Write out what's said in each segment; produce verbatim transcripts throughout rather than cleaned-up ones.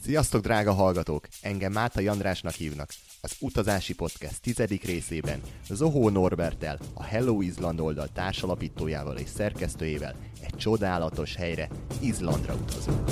Sziasztok, drága hallgatók! Engem Mátai Andrásnak hívnak. Az Utazási Podcast tizedik részében Zohó Norberttel, a Hello Izland oldal társalapítójával és szerkesztőjével egy csodálatos helyre, Izlandra utazunk.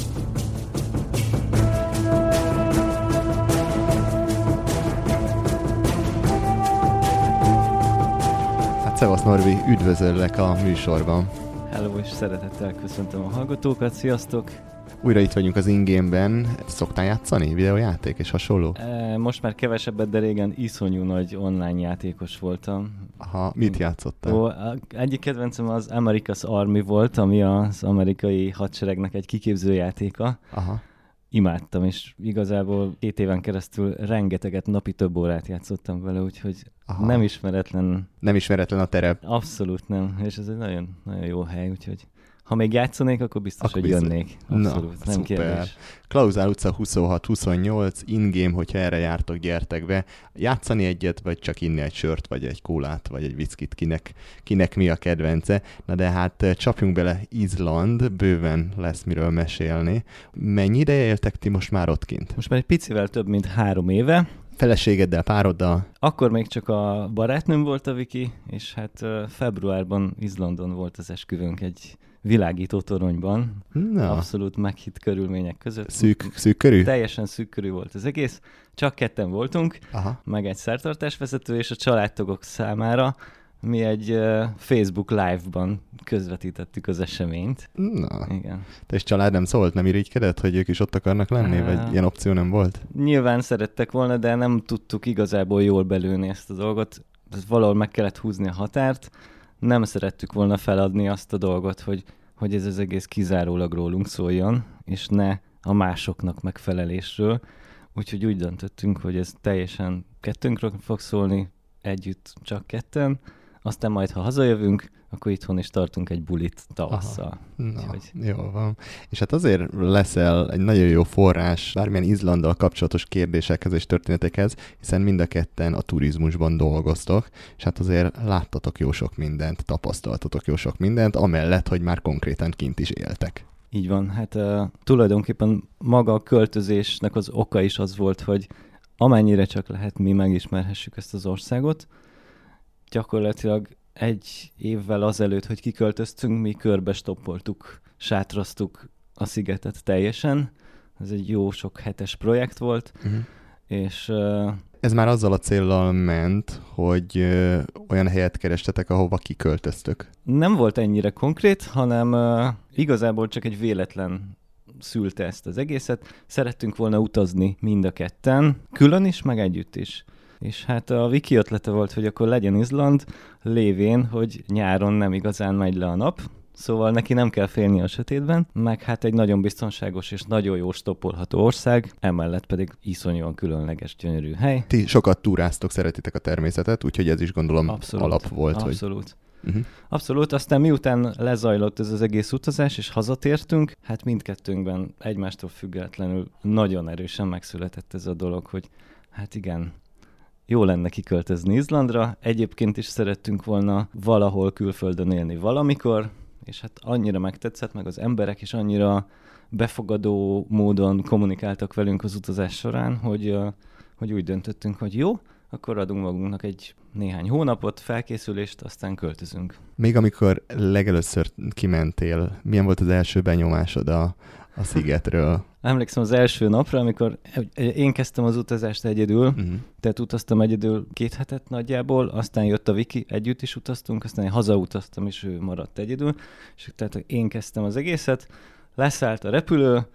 Hát szevasz Norbi, üdvözöllek a műsorban. Hello, és szeretettel köszöntöm a hallgatókat, sziasztok! Újra itt vagyunk az in-game-ben. Szoktál játszani? Videójáték és hasonló? E, most már kevesebbet, de régen iszonyú nagy online játékos voltam. Aha, mit játszottál? Ó, egyik kedvencem az America's Army volt, ami az amerikai hadseregnek egy kiképző játéka. Aha. Imádtam, és igazából két éven keresztül rengeteget, napi több órát játszottam vele, úgyhogy Aha. nem ismeretlen. Nem ismeretlen a terep. Abszolút nem, és ez egy nagyon, nagyon jó hely, úgyhogy ha még játszanék, akkor biztos, akkor hogy biztos. jönnék. Abszolút, Na, nem szuper. kérdés. Klauzál utca huszonhat huszonnyolc, in-game, hogyha erre jártok, gyertek be. Játszani egyet, vagy csak inni egy sört, vagy egy kólát, vagy egy viszkit, kinek, kinek mi a kedvence. Na de hát csapjunk bele, Izland, bőven lesz miről mesélni. Mennyi ideje éltek ti most már ott kint? Most már egy picivel több, mint három éve. Feleségeddel, pároddal? Akkor még csak a barátnőm volt a Viki, és hát uh, februárban Izlandon volt az esküvőnk egy világító toronyban. Na. Abszolút meghitt körülmények között. Szűk, szűk körű? Teljesen szűk körű volt az egész. Csak ketten voltunk, Aha. meg egy szertartásvezető, és a családtagok számára mi egy uh, Facebook Live-ban közvetítettük az eseményt. Na. Igen. Te és család nem szólt, nem irigykedett, hogy ők is ott akarnak lenni, uh, vagy ilyen opció nem volt? Nyilván szerettek volna, de nem tudtuk igazából jól belőni ezt a dolgot. Valahol meg kellett húzni a határt. Nem szerettük volna feladni azt a dolgot, hogy, hogy ez az egész kizárólag rólunk szóljon, és ne a másoknak megfelelésről. Úgyhogy úgy döntöttünk, hogy ez teljesen kettőnkről fog szólni, együtt csak ketten. Aztán majd, ha hazajövünk, akkor itthon is tartunk egy bulit tavasszal. Na, Úgyhogy... jó van. És hát azért leszel egy nagyon jó forrás bármilyen Izlanddal kapcsolatos kérdésekhez és történetekhez, hiszen mind a ketten a turizmusban dolgoztok, és hát azért láttatok jó sok mindent, tapasztaltatok jó sok mindent, amellett, hogy már konkrétan kint is éltek. Így van. Hát uh, tulajdonképpen maga a költözésnek az oka is az volt, hogy amennyire csak lehet mi megismerhessük ezt az országot. Gyakorlatilag egy évvel azelőtt, hogy kiköltöztünk, mi körbe stoppoltuk, sátraztuk a szigetet teljesen. Ez egy jó sok hetes projekt volt, uh-huh. és... Uh, Ez már azzal a céllal ment, hogy uh, olyan helyet kerestetek, ahova kiköltöztök. Nem volt ennyire konkrét, hanem uh, igazából csak egy véletlen szülte ezt az egészet. Szerettünk volna utazni mind a ketten, külön is, meg együtt is. És hát a Viki ötlete volt, hogy akkor legyen Izland, lévén, hogy nyáron nem igazán megy le a nap, szóval neki nem kell félni a sötétben, meg hát egy nagyon biztonságos és nagyon jó stoppolható ország, emellett pedig iszonyúan különleges, gyönyörű hely. Ti sokat túráztok, szeretitek a természetet, úgyhogy ez is gondolom abszolút, alap volt. Abszolút. Hogy... Uh-huh. Abszolút, aztán miután lezajlott ez az egész utazás, és hazatértünk, hát mindkettőnkben egymástól függetlenül nagyon erősen megszületett ez a dolog, hogy hát igen, jó lenne kiköltözni Izlandra, egyébként is szerettünk volna valahol külföldön élni valamikor, és hát annyira megtetszett, meg az emberek is annyira befogadó módon kommunikáltak velünk az utazás során, hogy, hogy úgy döntöttünk, hogy jó, akkor adunk magunknak egy néhány hónapot, felkészülést, aztán költözünk. Még amikor legelőször kimentél, milyen volt az első benyomásod a, a szigetről? Emlékszem az első napra, amikor én kezdtem az utazást egyedül, uh-huh. tehát utaztam egyedül két hetet nagyjából, aztán jött a Viki, együtt is utaztunk, aztán én hazautaztam, és ő maradt egyedül, és tehát én kezdtem az egészet, leszállt a repülő,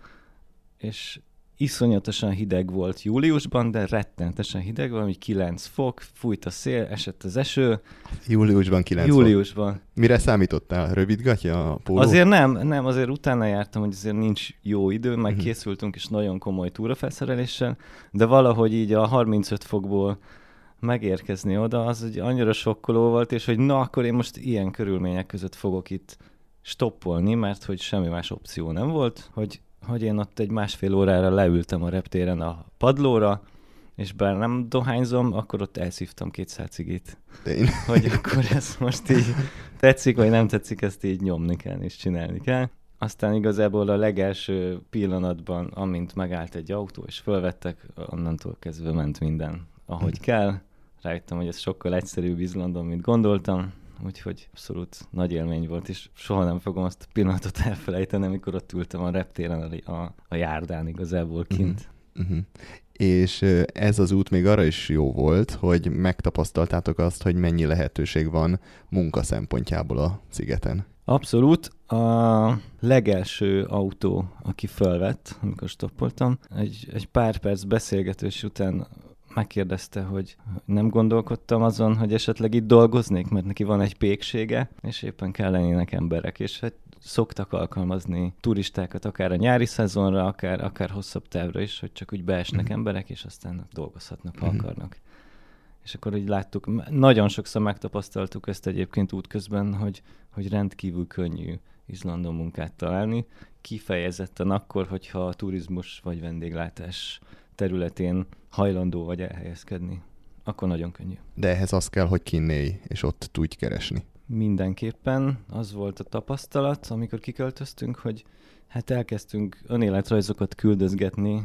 és iszonyatosan hideg volt júliusban, de rettentesen hideg, valami kilenc fok, fújt a szél, esett az eső. Júliusban kilenc Júliusban. fok. Mire számítottál? Rövidgatja a póló? Azért nem, nem, azért utána jártam, hogy azért nincs jó idő, meg uh-huh. készültünk is nagyon komoly túrafelszereléssel, de valahogy így a harmincöt fokból megérkezni oda, az egy annyira sokkoló volt, és hogy na, akkor én most ilyen körülmények között fogok itt stoppolni, mert hogy semmi más opció nem volt, hogy hogy én ott egy másfél órára leültem a reptéren a padlóra, és bár nem dohányzom, akkor ott elszívtam kétszáz cigit. Én. Hogy akkor ez most így tetszik, vagy nem tetszik, ezt így nyomni kell és csinálni kell. Aztán igazából a legelső pillanatban, amint megállt egy autó, és fölvettek, onnantól kezdve ment minden, ahogy hm. kell. Rájöttem, hogy ez sokkal egyszerűbb Izlandon, mint gondoltam, úgyhogy abszolút nagy élmény volt, és soha nem fogom azt a pillanatot elfelejteni, amikor ott ültem a reptéren a, a, a járdán igazából kint. Uh-huh. Uh-huh. És ez az út még arra is jó volt, hogy megtapasztaltátok azt, hogy mennyi lehetőség van munka szempontjából a szigeten. Abszolút. A legelső autó, aki fölvett, amikor stoppoltam, egy, egy pár perc beszélgetés után megkérdezte, hogy nem gondolkodtam azon, hogy esetleg itt dolgoznék, mert neki van egy péksége, és éppen kellenének emberek, és hát szoktak alkalmazni turistákat akár a nyári szezonra, akár, akár hosszabb távra is, hogy csak úgy beesnek mm. emberek, és aztán dolgozhatnak, ha mm. akarnak. És akkor így láttuk, nagyon sokszor megtapasztaltuk ezt egyébként útközben, hogy, hogy rendkívül könnyű Izlandon munkát találni, kifejezetten akkor, hogyha a turizmus vagy vendéglátás területén hajlandó vagy elhelyezkedni, akkor nagyon könnyű. De ehhez az kell, hogy kinnélj, és ott tudj keresni. Mindenképpen az volt a tapasztalat, amikor kiköltöztünk, hogy hát elkezdtünk önéletrajzokat küldözgetni.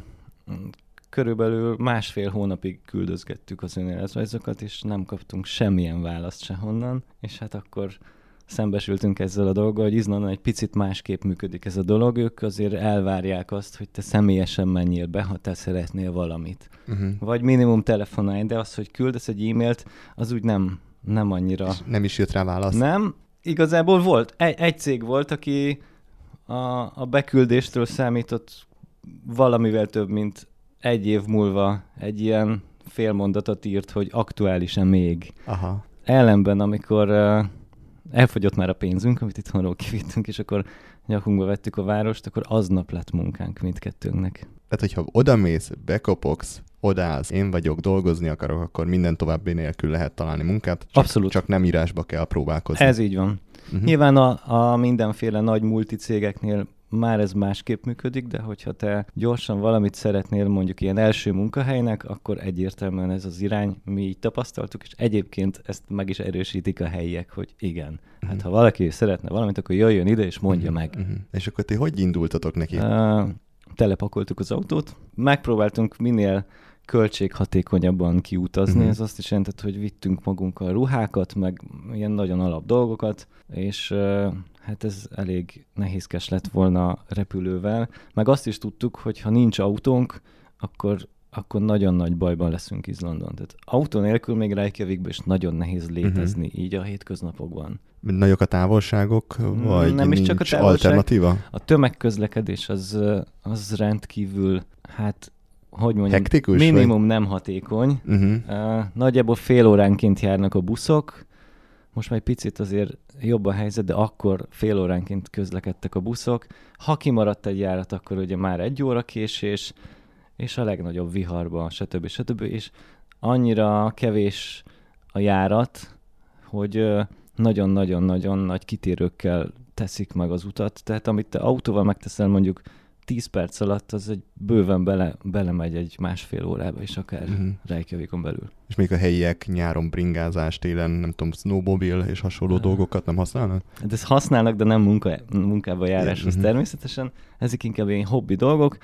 Körülbelül másfél hónapig küldözgettük az önéletrajzokat, és nem kaptunk semmilyen választ sehonnan, és hát akkor szembesültünk ezzel a dolggal, hogy Izlandon egy picit másképp működik ez a dolog. Ők azért elvárják azt, hogy te személyesen menjél be, ha te szeretnél valamit. Uh-huh. Vagy minimum telefonálj, de az, hogy küldesz egy e-mailt, az úgy nem, nem annyira... És nem is jött rá válasz? Nem. Igazából volt. Egy, egy cég volt, aki a, a beküldéstől számított valamivel több, mint egy év múlva egy ilyen félmondatot írt, hogy aktuálisan még. Aha. Ellenben, amikor... elfogyott már a pénzünk, amit itthonról kivittünk, és akkor nyakunkba vettük a várost, akkor aznap lett munkánk mindkettőnknek. Tehát, hogyha odamész, bekopogsz, odaállsz, én vagyok, dolgozni akarok, akkor minden további nélkül lehet találni munkát. Csak, Abszolút. Csak nem írásba kell próbálkozni. Ez így van. Uh-huh. Nyilván a, a mindenféle nagy multicégeknél már ez másképp működik, de hogyha te gyorsan valamit szeretnél mondjuk ilyen első munkahelynek, akkor egyértelműen ez az irány, mi így tapasztaltuk, és egyébként ezt meg is erősítik a helyiek, hogy igen. Uh-huh. Hát ha valaki szeretne valamit, akkor jöjjön ide és mondja uh-huh. meg. Uh-huh. És akkor ti hogy indultatok neki? Uh, telepakoltuk az autót, megpróbáltunk minél költséghatékonyabban kiutazni, uh-huh. ez azt is jelentett, hogy vittünk magunkkal ruhákat, meg ilyen nagyon alap dolgokat, és uh, hát ez elég nehézkes lett volna repülővel, meg azt is tudtuk, hogy ha nincs autónk, akkor, akkor nagyon nagy bajban leszünk Izlandon. Tehát autó nélkül még Reykjavikban is nagyon nehéz létezni, uh-huh. így a hétköznapokban. Nagyok a távolságok, vagy nem is csak a távolság, alternatíva? A tömegközlekedés az, az rendkívül, hát hogy mondjam, hektikus, minimum vagy? Nem hatékony. Uh-huh. Uh, nagyjából fél óránként járnak a buszok, most már egy picit azért jobb a helyzet, de akkor fél óránként közlekedtek a buszok. Ha kimaradt egy járat, akkor ugye már egy óra késés, és a legnagyobb viharban, stb. stb. És annyira kevés a járat, hogy nagyon-nagyon-nagyon nagy kitérőkkel teszik meg az utat. Tehát amit te autóval megteszel mondjuk tíz perc alatt, az egy bőven bele, belemegy egy másfél órába is, akár uh-huh. Reykjavikon belül. És még a helyiek nyáron bringázást, télen, nem tudom, snowmobil és hasonló uh-huh. dolgokat nem használnak? De ezt használnak, de nem munka, munkába járáshoz uh-huh. természetesen. Ezek inkább ilyen hobbi dolgok.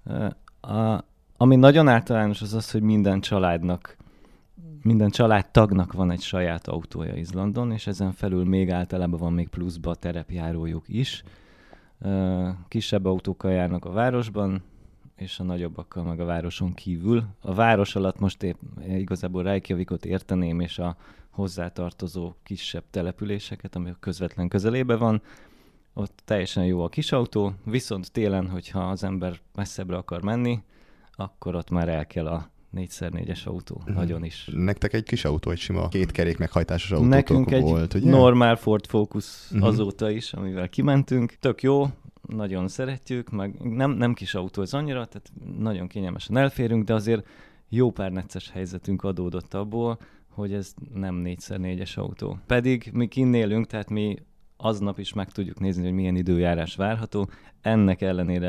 A, ami nagyon általános az az, hogy minden családnak, minden családtagnak van egy saját autója Izlandon, és ezen felül még általában van még pluszba terepjárójuk is. Kisebb autókkal járnak a városban, és a nagyobbakkal meg a városon kívül. A város alatt most épp igazából Reykjavikot érteném, és a hozzátartozó kisebb településeket, ami a közvetlen közelébe van. Ott teljesen jó a kis autó, viszont télen, hogyha az ember messzebbre akar menni, akkor ott már el kell a négy szer négyes autó, mm. nagyon is. Nektek egy kis autó, egy sima két kerék meghajtásos autótok Nekünk egy volt, ugye? normál Ford Focus mm-hmm. azóta is, amivel kimentünk. Tök jó, nagyon szeretjük, meg nem, nem kis autó ez annyira, tehát nagyon kényelmesen elférünk, de azért jó pár necces helyzetünk adódott abból, hogy ez nem négy szer négyes autó. Pedig mi kinn élünk, tehát mi aznap is meg tudjuk nézni, hogy milyen időjárás várható. Ennek ellenére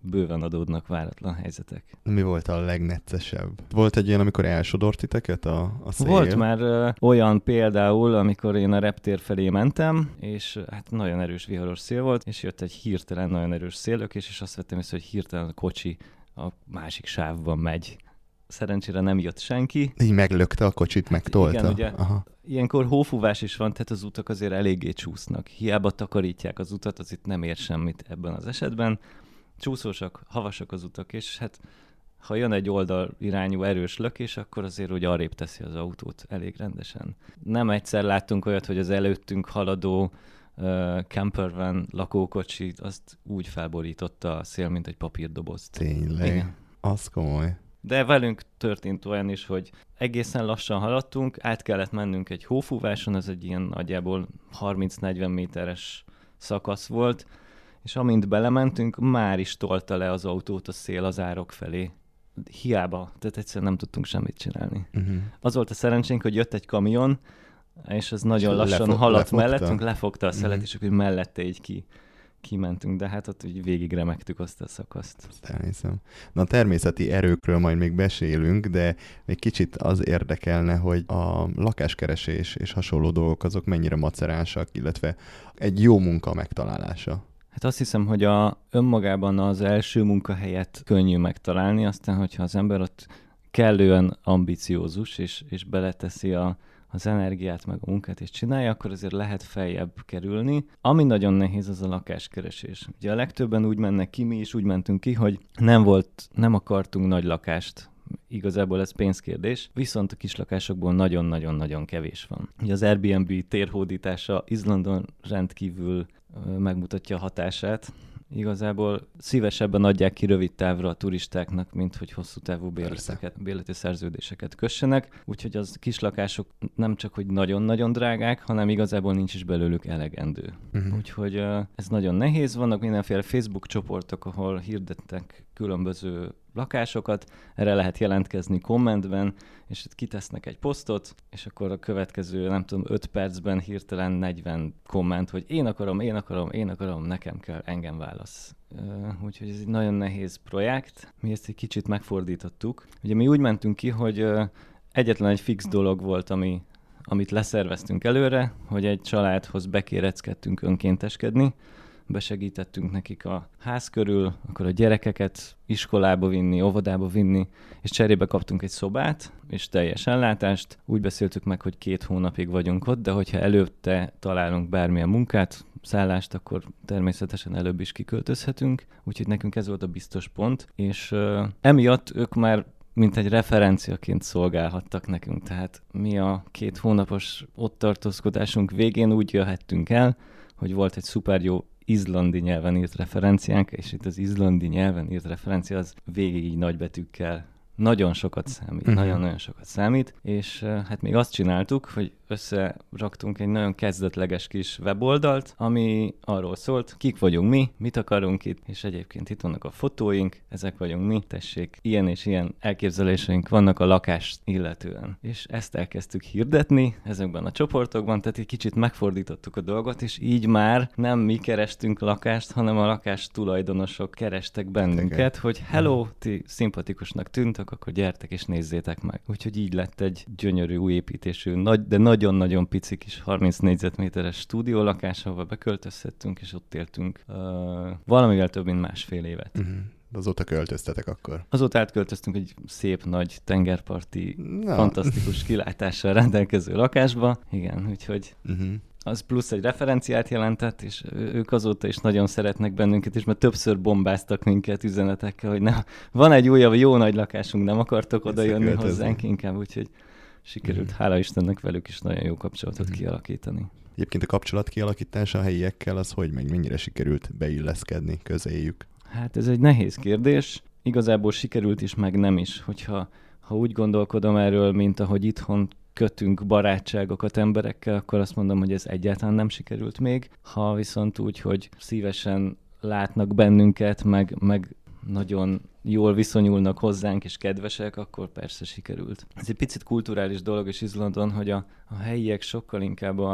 bőven adódnak váratlan helyzetek. Mi volt a legneccesebb? Volt egy ilyen, amikor elsodort titeket a, a szél? Volt már ö, olyan például, amikor én a reptér felé mentem, és hát nagyon erős viharos szél volt, és jött egy hirtelen nagyon erős szélökés, és azt vettem észre, hogy hirtelen a kocsi a másik sávban megy. Szerencsére nem jött senki. Így meglökte a kocsit, megtolta? Igen, ugye Aha. Ilyenkor hófúvás is van, tehát az utak azért eléggé csúsznak. Hiába takarítják az utat, az itt nem ér semmit ebben az esetben. Csúszósak, havasak az utak, és hát ha jön egy oldal irányú erős lökés, akkor azért úgy arrébb teszi az autót elég rendesen. Nem egyszer láttunk olyat, hogy az előttünk haladó uh, campervan lakókocsit, azt úgy felborította a szél, mint egy papírdobozt. Tényleg? Igen. Az komoly. De velünk történt olyan is, hogy egészen lassan haladtunk, át kellett mennünk egy hófúváson, ez egy ilyen nagyjából harminc-negyven méteres szakasz volt, és amint belementünk, már is tolta le az autót a szél az árok felé. Hiába, tehát egyszerűen nem tudtunk semmit csinálni. Uh-huh. Az volt a szerencsénk, hogy jött egy kamion, és az nagyon és lassan lefog, haladt lefogta? mellettünk, lefogta a szelet, uh-huh. és akkor mellette így ki. kimentünk, de hát ott úgy végig remektük azt a szakaszt. Azt elhiszem. Na a természeti erőkről majd még beszélünk, de még kicsit az érdekelne, hogy a lakáskeresés és hasonló dolgok azok mennyire maceránsak, illetve egy jó munka megtalálása. Hát azt hiszem, hogy a, önmagában az első munkahelyet könnyű megtalálni, aztán, hogyha az ember ott kellően ambiciózus, és, és beleteszi a az energiát, meg a munkát és csinálja, akkor azért lehet feljebb kerülni. Ami nagyon nehéz, az a lakáskeresés. Ugye a legtöbben úgy mennek ki, mi is úgy mentünk ki, hogy nem volt, nem akartunk nagy lakást. Igazából ez pénzkérdés, viszont a kislakásokból nagyon-nagyon-nagyon kevés van. Ugye az Airbnb térhódítása Izlandon rendkívül megmutatja a hatását. Igazából szívesebben adják ki rövid távra a turistáknak, mint hogy hosszú távú bérleteket, bérleti szerződéseket kössenek. Úgyhogy az kislakások nem csak, hogy nagyon-nagyon drágák, hanem igazából nincs is belőlük elegendő. Uh-huh. Úgyhogy uh, ez nagyon nehéz. Vannak mindenféle Facebook csoportok, ahol hirdettek különböző lakásokat, erre lehet jelentkezni kommentben, és itt kitesznek egy posztot, és akkor a következő, nem tudom, öt percben hirtelen negyven komment, hogy én akarom, én akarom, én akarom, nekem kell, engem válasz. Uh, úgyhogy ez egy nagyon nehéz projekt. Mi ezt egy kicsit megfordítottuk. Ugye mi úgy mentünk ki, hogy uh, egyetlen egy fix dolog volt, ami, amit leszerveztünk előre, hogy egy családhoz bekéreckedtünk önkénteskedni, besegítettünk nekik a ház körül, akkor a gyerekeket iskolába vinni, óvodába vinni, és cserébe kaptunk egy szobát, és teljes ellátást. Úgy beszéltük meg, hogy két hónapig vagyunk ott, de hogyha előtte találunk bármilyen munkát, szállást, akkor természetesen előbb is kiköltözhetünk. Úgyhogy nekünk ez volt a biztos pont, és uh, emiatt ők már mint egy referenciaként szolgálhattak nekünk. Tehát mi a két hónapos ott tartózkodásunk végén úgy jöhettünk el, hogy volt egy szuper jó izlandi nyelven írt referenciánk, és itt az izlandi nyelven írt referencia az végig így nagybetűkkel nagyon sokat számít, uh-huh. nagyon-nagyon sokat számít, és hát még azt csináltuk, hogy összeraktunk egy nagyon kezdetleges kis weboldalt, ami arról szólt, kik vagyunk mi, mit akarunk itt, és egyébként itt vannak a fotóink, ezek vagyunk mi, tessék, ilyen és ilyen elképzeléseink vannak a lakást illetően. És ezt elkezdtük hirdetni ezekben a csoportokban, tehát egy kicsit megfordítottuk a dolgot, és így már nem mi kerestünk lakást, hanem a lakás tulajdonosok kerestek bennünket, hogy hello, ti szimpatikusnak tűntek, akkor gyertek és nézzétek meg. Úgyhogy így lett egy gyönyörű új építésű, nagy, de nagyon-nagyon pici kis harminc négyzetméteres stúdiólakás, ahova beköltözhettünk, és ott éltünk uh, valamivel több, mint másfél évet. Uh-huh. Azóta költöztetek akkor? Azóta átköltöztünk egy szép, nagy, tengerparti, no. fantasztikus kilátással rendelkező lakásba. Igen, úgyhogy... Uh-huh. Az plusz egy referenciát jelentett, és ők azóta is nagyon szeretnek bennünket, és már többször bombáztak minket üzenetekkel, hogy nem, van egy újabb jó nagy lakásunk, nem akartok oda jönni hozzánk inkább, úgyhogy sikerült, mm. hála Istennek, velük is nagyon jó kapcsolatot mm. kialakítani. Egyébként a kapcsolat kialakítása a helyiekkel az hogy megy? Mennyire sikerült beilleszkedni közéjük? Hát ez egy nehéz kérdés. Igazából sikerült is, meg nem is. Hogyha ha úgy gondolkodom erről, mint ahogy itthon kötünk barátságokat emberekkel, akkor azt mondom, hogy ez egyáltalán nem sikerült még. Ha viszont úgy, hogy szívesen látnak bennünket, meg, meg nagyon jól viszonyulnak hozzánk, és kedvesek, akkor persze sikerült. Ez egy picit kulturális dolog is Izlandon, hogy a, a helyiek sokkal inkább a,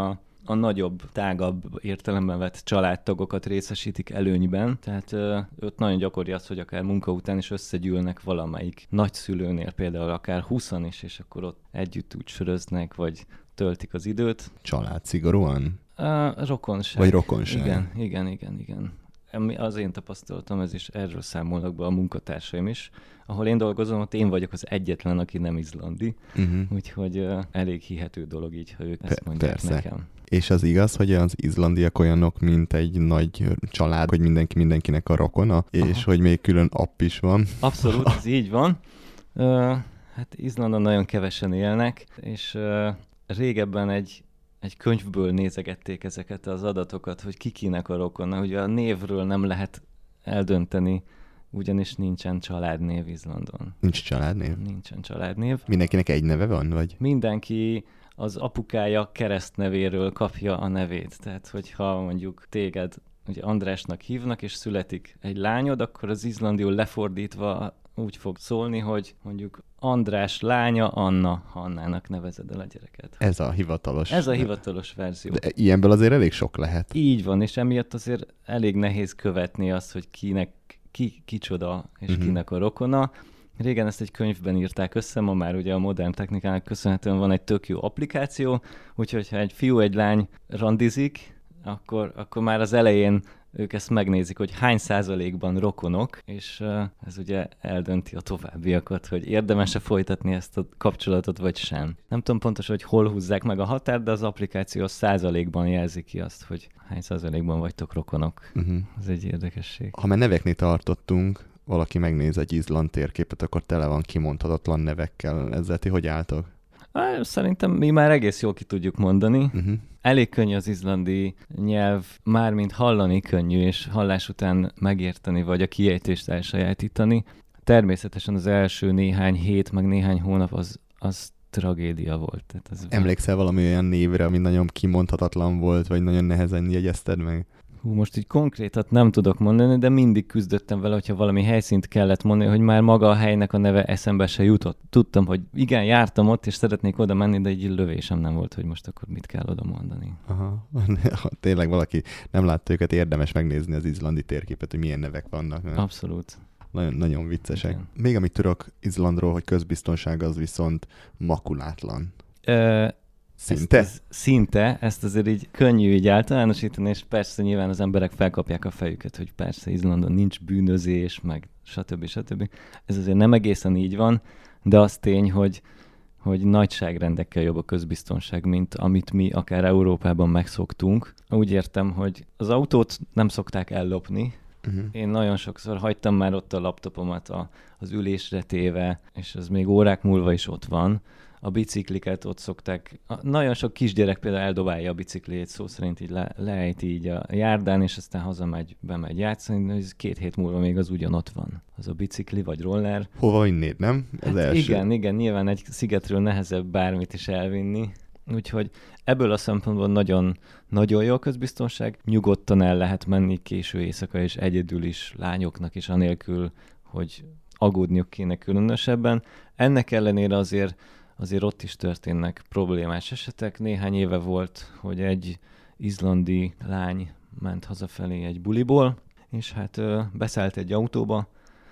a nagyobb, tágabb értelemben vett családtagokat részesítik előnyben, tehát ö, ott nagyon gyakori az, hogy akár munka után is összegyűlnek valamelyik nagyszülőnél, például akár húszan is, és akkor ott együtt úgy söröznek, vagy töltik az időt. Család szigorúan? A rokonság. Vagy rokonság. Igen, igen, igen, igen. Az én tapasztalatom, ez is erről számolnak be a munkatársaim is. Ahol én dolgozom, ott én vagyok az egyetlen, aki nem izlandi, uh-huh. úgyhogy uh, elég hihető dolog így, ha ők ezt mondják Persze. nekem. És az igaz, hogy az izlandiak olyanok, mint egy nagy család, hogy mindenki mindenkinek a rokona, és Aha. hogy még külön app is van. Abszolút, ez így van. Uh, hát Izlandon nagyon kevesen élnek, és uh, régebben egy egy könyvből nézegették ezeket az adatokat, hogy ki kinek a rokona. Ugye a névről nem lehet eldönteni, ugyanis nincsen családnév Izlandon. Nincs családnév? Nincsen családnév. Mindenkinek egy neve van, vagy? Mindenki az apukája keresztnevéről kapja a nevét. Tehát, hogyha mondjuk téged ugye Andrásnak hívnak, és születik egy lányod, akkor az izlandiul lefordítva úgy fog szólni, hogy mondjuk András lánya Anna, Hannának nevezed el a gyereket. Ez a hivatalos. Ez a hivatalos verzió. De ilyenből azért elég sok lehet. Így van, és emiatt azért elég nehéz követni azt, hogy kinek, ki, kicsoda és uh-huh. kinek a rokona. Régen ezt egy könyvben írták össze, ma már ugye a modern technikának köszönhetően van egy tök jó applikáció, úgyhogy ha egy fiú, egy lány randizik, akkor, akkor már az elején ők ezt megnézik, hogy hány százalékban rokonok, és uh, ez ugye eldönti a továbbiakat, hogy érdemes-e folytatni ezt a kapcsolatot, vagy sem. Nem tudom pontosan, hogy hol húzzák meg a határt, de az applikáció százalékban jelzi ki azt, hogy hány százalékban vagytok rokonok. Uh-huh. Ez egy érdekesség. Ha már neveknél tartottunk, valaki megnéz egy izland térképet, akkor tele van kimondhatatlan nevekkel. Ezzel ti hogy álltok? Szerintem mi már egész jól ki tudjuk mondani. Uh-huh. Elég könnyű az izlandi nyelv, mármint hallani könnyű, és hallás után megérteni, vagy a kiejtést elsajátítani. Természetesen az első néhány hét, meg néhány hónap az, az tragédia volt. Tehát az Emlékszel valami olyan névre, ami nagyon kimondhatatlan volt, vagy nagyon nehezen jegyezted meg? Hú, most így konkrétat nem tudok mondani, de mindig küzdöttem vele, hogyha valami helyszínt kellett mondani, hogy már maga a helynek a neve eszembe se jutott. Tudtam, hogy igen, jártam ott, és szeretnék oda menni, de egy lövésem nem volt, hogy most akkor mit kell oda mondani. Aha, tényleg valaki nem látta őket, érdemes megnézni az izlandi térképet, hogy milyen nevek vannak. Nem? Abszolút. Nagyon, nagyon viccesek. Igen. Még amit tudok Izlandról, hogy közbiztonság az viszont makulátlan. Ö, Szinte? Ezt, ez, szinte, ezt azért így könnyű így általánosítani, és persze nyilván az emberek felkapják a fejüket, hogy persze Izlandon nincs bűnözés, meg stb. stb. Ez azért nem egészen így van, de az tény, hogy, hogy nagyságrendekkel jobb a közbiztonság, mint amit mi akár Európában megszoktunk. Úgy értem, hogy az autót nem szokták ellopni. Uh-huh. Én nagyon sokszor hagytam már ott a laptopomat a, az ülésre téve, és az még órák múlva is ott van. A bicikliket ott szokták, a, nagyon sok kisgyerek például eldobálja a bicikliét, szó szerint így le, leejti így a járdán, és aztán hazamegy, bemegy játszani, és két hét múlva még az ugyanott van. Az a bicikli vagy roller. Hova vinnéd, nem? Az hát első. Igen, igen, nyilván egy szigetről nehezebb bármit is elvinni. Úgyhogy ebből a szempontból nagyon, nagyon jó a közbiztonság. Nyugodtan el lehet menni késő éjszaka, és egyedül is lányoknak is, anélkül, hogy aggódniuk kéne különösebben. Ennek ellenére azért azért ott is történnek problémás esetek. Néhány éve volt, hogy egy izlandi lány ment hazafelé egy buliból, és hát ö, beszállt egy autóba,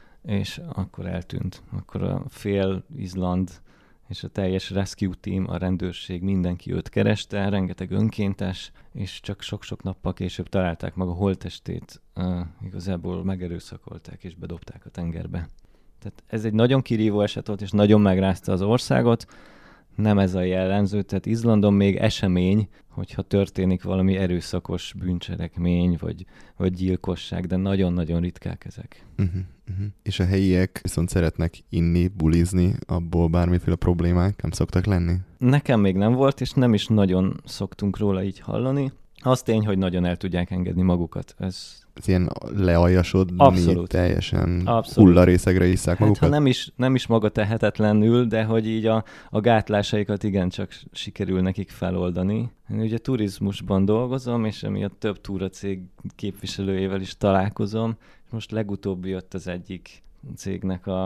és akkor eltűnt. Akkor a fél Izland és a teljes rescue team, a rendőrség, mindenki őt kereste, rengeteg önkéntes, és csak sok-sok nappal később találták meg a holttestét. Uh, igazából megerőszakolták és bedobták a tengerbe. Tehát ez egy nagyon kirívó eset volt, és nagyon megrázta az országot. Nem ez a jellemző, tehát Izlandon még esemény, hogyha történik valami erőszakos bűncselekmény, vagy, vagy gyilkosság, de nagyon-nagyon ritkák ezek. Uh-huh, uh-huh. És a helyiek viszont szeretnek inni, bulizni, abból bármiféle problémák nem szoktak lenni? Nekem még nem volt, és nem is nagyon szoktunk róla így hallani. Az tény, hogy nagyon el tudják engedni magukat. Ez, Ez ilyen lealjasodni, abszolút. Teljesen Abszolút. hullarészegre isszák hát, magukat? Ha nem is, nem is maga tehetetlenül, de hogy így a, a gátlásaikat igencsak sikerül nekik feloldani. Én ugye turizmusban dolgozom, és emiatt több túracég képviselőjével is találkozom. Most legutóbb jött az egyik cégnek a,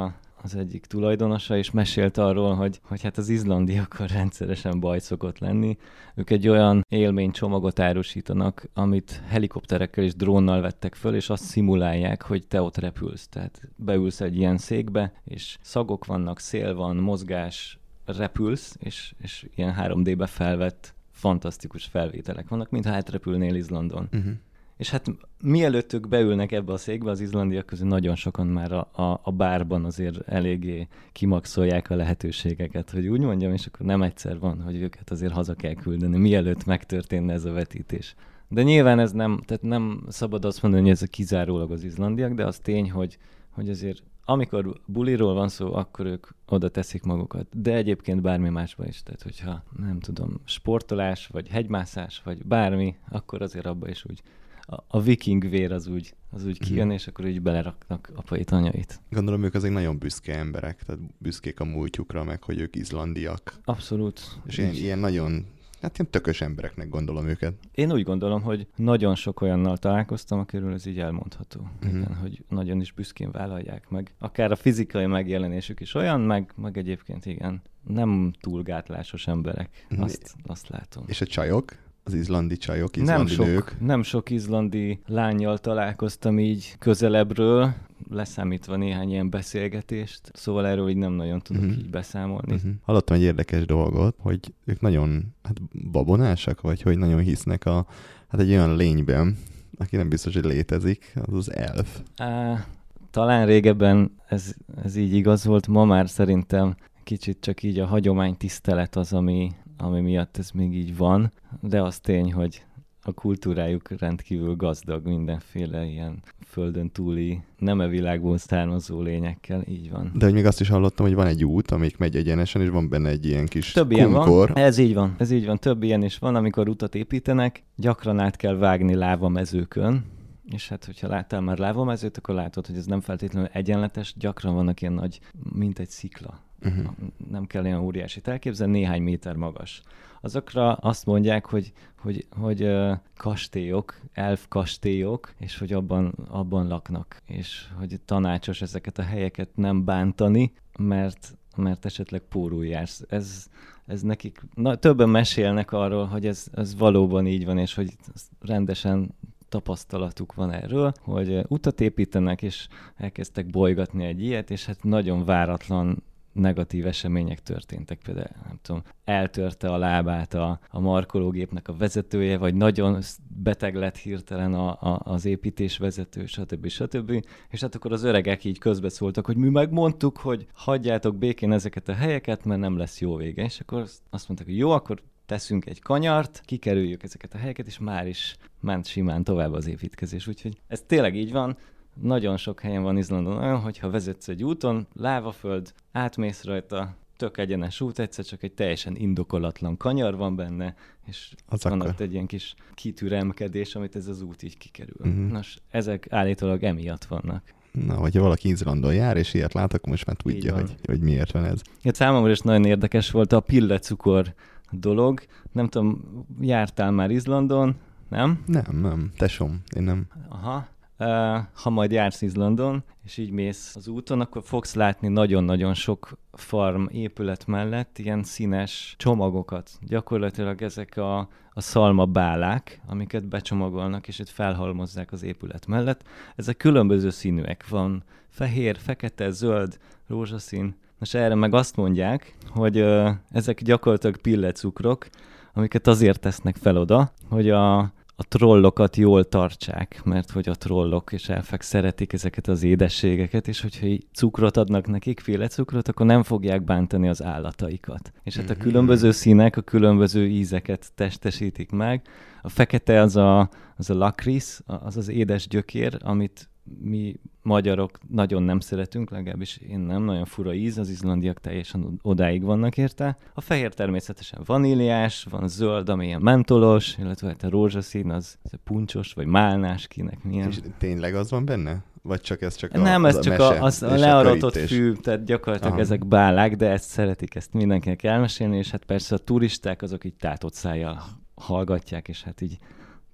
az egyik tulajdonosa, és mesélt arról, hogy, hogy hát az izlandiakkal rendszeresen baj szokott lenni. Ők egy olyan élménycsomagot árusítanak, amit helikopterekkel és drónnal vettek föl, és azt szimulálják, hogy te ott repülsz. Tehát beülsz egy ilyen székbe, és szagok vannak, szél van, mozgás, repülsz, és, és ilyen három dé-be felvett fantasztikus felvételek vannak, mintha átrepülnél Izlandon. Uh-huh. És hát mielőtt ők beülnek ebbe a székbe, az izlandiak közül nagyon sokan már a, a, a bárban azért eléggé kimaxolják a lehetőségeket, hogy úgy mondjam, és akkor nem egyszer van, hogy őket azért haza kell küldeni, mielőtt megtörténne ez a vetítés. De nyilván ez nem, tehát nem szabad azt mondani, hogy ez a kizárólag az izlandiak, de az tény, hogy, hogy azért amikor buliról van szó, akkor ők oda teszik magukat. De egyébként bármi másba is. Tehát, hogyha nem tudom, sportolás, vagy hegymászás, vagy bármi, akkor azért abba is úgy a, a viking vér az úgy, az úgy kijön, mm-hmm. és akkor úgy beleraknak apait, anyait. Gondolom, ők azért nagyon büszke emberek, tehát büszkék a múltjukra, meg hogy ők izlandiak. Abszolút. És ilyen, ilyen nagyon... Hát ilyen tökös embereknek gondolom őket. Én úgy gondolom, hogy nagyon sok olyannal találkoztam, akiről ez így elmondható. Uh-huh. Igen, hogy nagyon is büszkén vállalják meg. Akár a fizikai megjelenésük is olyan, meg, meg egyébként igen, nem túl gátlásos emberek. Uh-huh. Azt, azt látom. És a csajok? Az izlandi csajok, izlandi nem nők? Sok, nem sok izlandi lánnyal találkoztam így közelebbről, leszámítva néhány ilyen beszélgetést, szóval erről így nem nagyon tudok uh-huh. így beszámolni. Uh-huh. Hallottam egy érdekes dolgot, hogy ők nagyon hát babonásak, vagy hogy nagyon hisznek a, hát egy olyan lényben, aki nem biztos, hogy létezik, az az elf. Á, talán régebben ez, ez így igaz volt, ma már szerintem kicsit csak így a hagyománytisztelet az, ami, ami miatt ez még így van, de az tény, hogy a kultúrájuk rendkívül gazdag mindenféle ilyen földön túli, nem e világból származó lényekkel, így van. De hogy még azt is hallottam, hogy van egy út, amik megy egyenesen, és van benne egy ilyen kis több kunkor. Ilyen van. Ez így van, ez így van. Több ilyen is van, amikor utat építenek, gyakran át kell vágni lávamezőkön, és hát, hogyha láttál már lávamezőt, akkor látod, hogy ez nem feltétlenül egyenletes, gyakran vannak ilyen nagy, mint egy szikla. Uh-huh. Nem kell ilyen óriásit elképzelni, néhány méter magas. Azokra azt mondják, hogy, hogy, hogy uh, kastélyok, elf kastélyok, és hogy abban, abban laknak, és hogy tanácsos ezeket a helyeket nem bántani, mert, mert esetleg pórul jársz. Ez, ez nekik, na, többen mesélnek arról, hogy ez, ez valóban így van, és hogy rendesen tapasztalatuk van erről, hogy utat építenek, és elkezdtek bolygatni egy ilyet, és hát nagyon váratlan negatív események történtek. Például, nem tudom, eltörte a lábát a, a markológépnek a vezetője, vagy nagyon beteg lett hirtelen a, a, az építésvezető, stb. stb. És hát akkor az öregek így közbeszóltak, hogy mi megmondtuk, hogy hagyjátok békén ezeket a helyeket, mert nem lesz jó vége. És akkor azt mondták, hogy jó, akkor teszünk egy kanyart, kikerüljük ezeket a helyeket, és már is ment simán tovább az építkezés. Úgyhogy ez tényleg így van. Nagyon sok helyen van Izlandon olyan, hogyha vezetsz egy úton, lávaföld, átmész rajta, tök egyenes út, egyszer csak egy teljesen indokolatlan kanyar van benne, és az van ott egy ilyen kis kitüremkedés, amit ez az út így kikerül. Uh-huh. Nos, ezek állítólag emiatt vannak. Na, hogyha valaki Izlandon jár, és ilyet lát, akkor most már tudja, hogy, hogy miért van ez. Ja, számomra is nagyon érdekes volt a pillecukor dolog. Nem tudom, jártál már Izlandon, nem? Nem, nem. Tesom, én nem. Aha. Uh, ha majd jársz Izlandon, és így mész az úton, akkor fogsz látni nagyon-nagyon sok farm épület mellett ilyen színes csomagokat. Gyakorlatilag ezek a, a szalmabálák, amiket becsomagolnak, és itt felhalmozzák az épület mellett. Ezek különböző színűek. Van fehér, fekete, zöld, rózsaszín. Most erre meg azt mondják, hogy uh, ezek gyakorlatilag pillecukrok, amiket azért tesznek fel oda, hogy a a trollokat jól tartsák, mert hogy a trollok és elfek szeretik ezeket az édességeket, és hogyha így cukrot adnak nekik, féle cukrot, akkor nem fogják bántani az állataikat. És hát a különböző színek, a különböző ízeket testesítik meg. A fekete az a, az a lakrisz, az az édes gyökér, amit mi magyarok nagyon nem szeretünk, legalábbis én nem, nagyon fura íz, az izlandiak teljesen odáig vannak érte. A fehér természetesen vaníliás, van zöld, ami ilyen mentolos, illetve hát a rózsaszín, az, az puncsos, vagy málnás, kinek milyen. És tényleg az van benne? Vagy csak ez csak a Nem, ez az csak a, a, az a learatott fű, tehát gyakorlatilag Aha. ezek bálák, de ezt szeretik, ezt mindenkinek elmesélni, és hát persze a turisták azok így tátott szájjal hallgatják, és hát így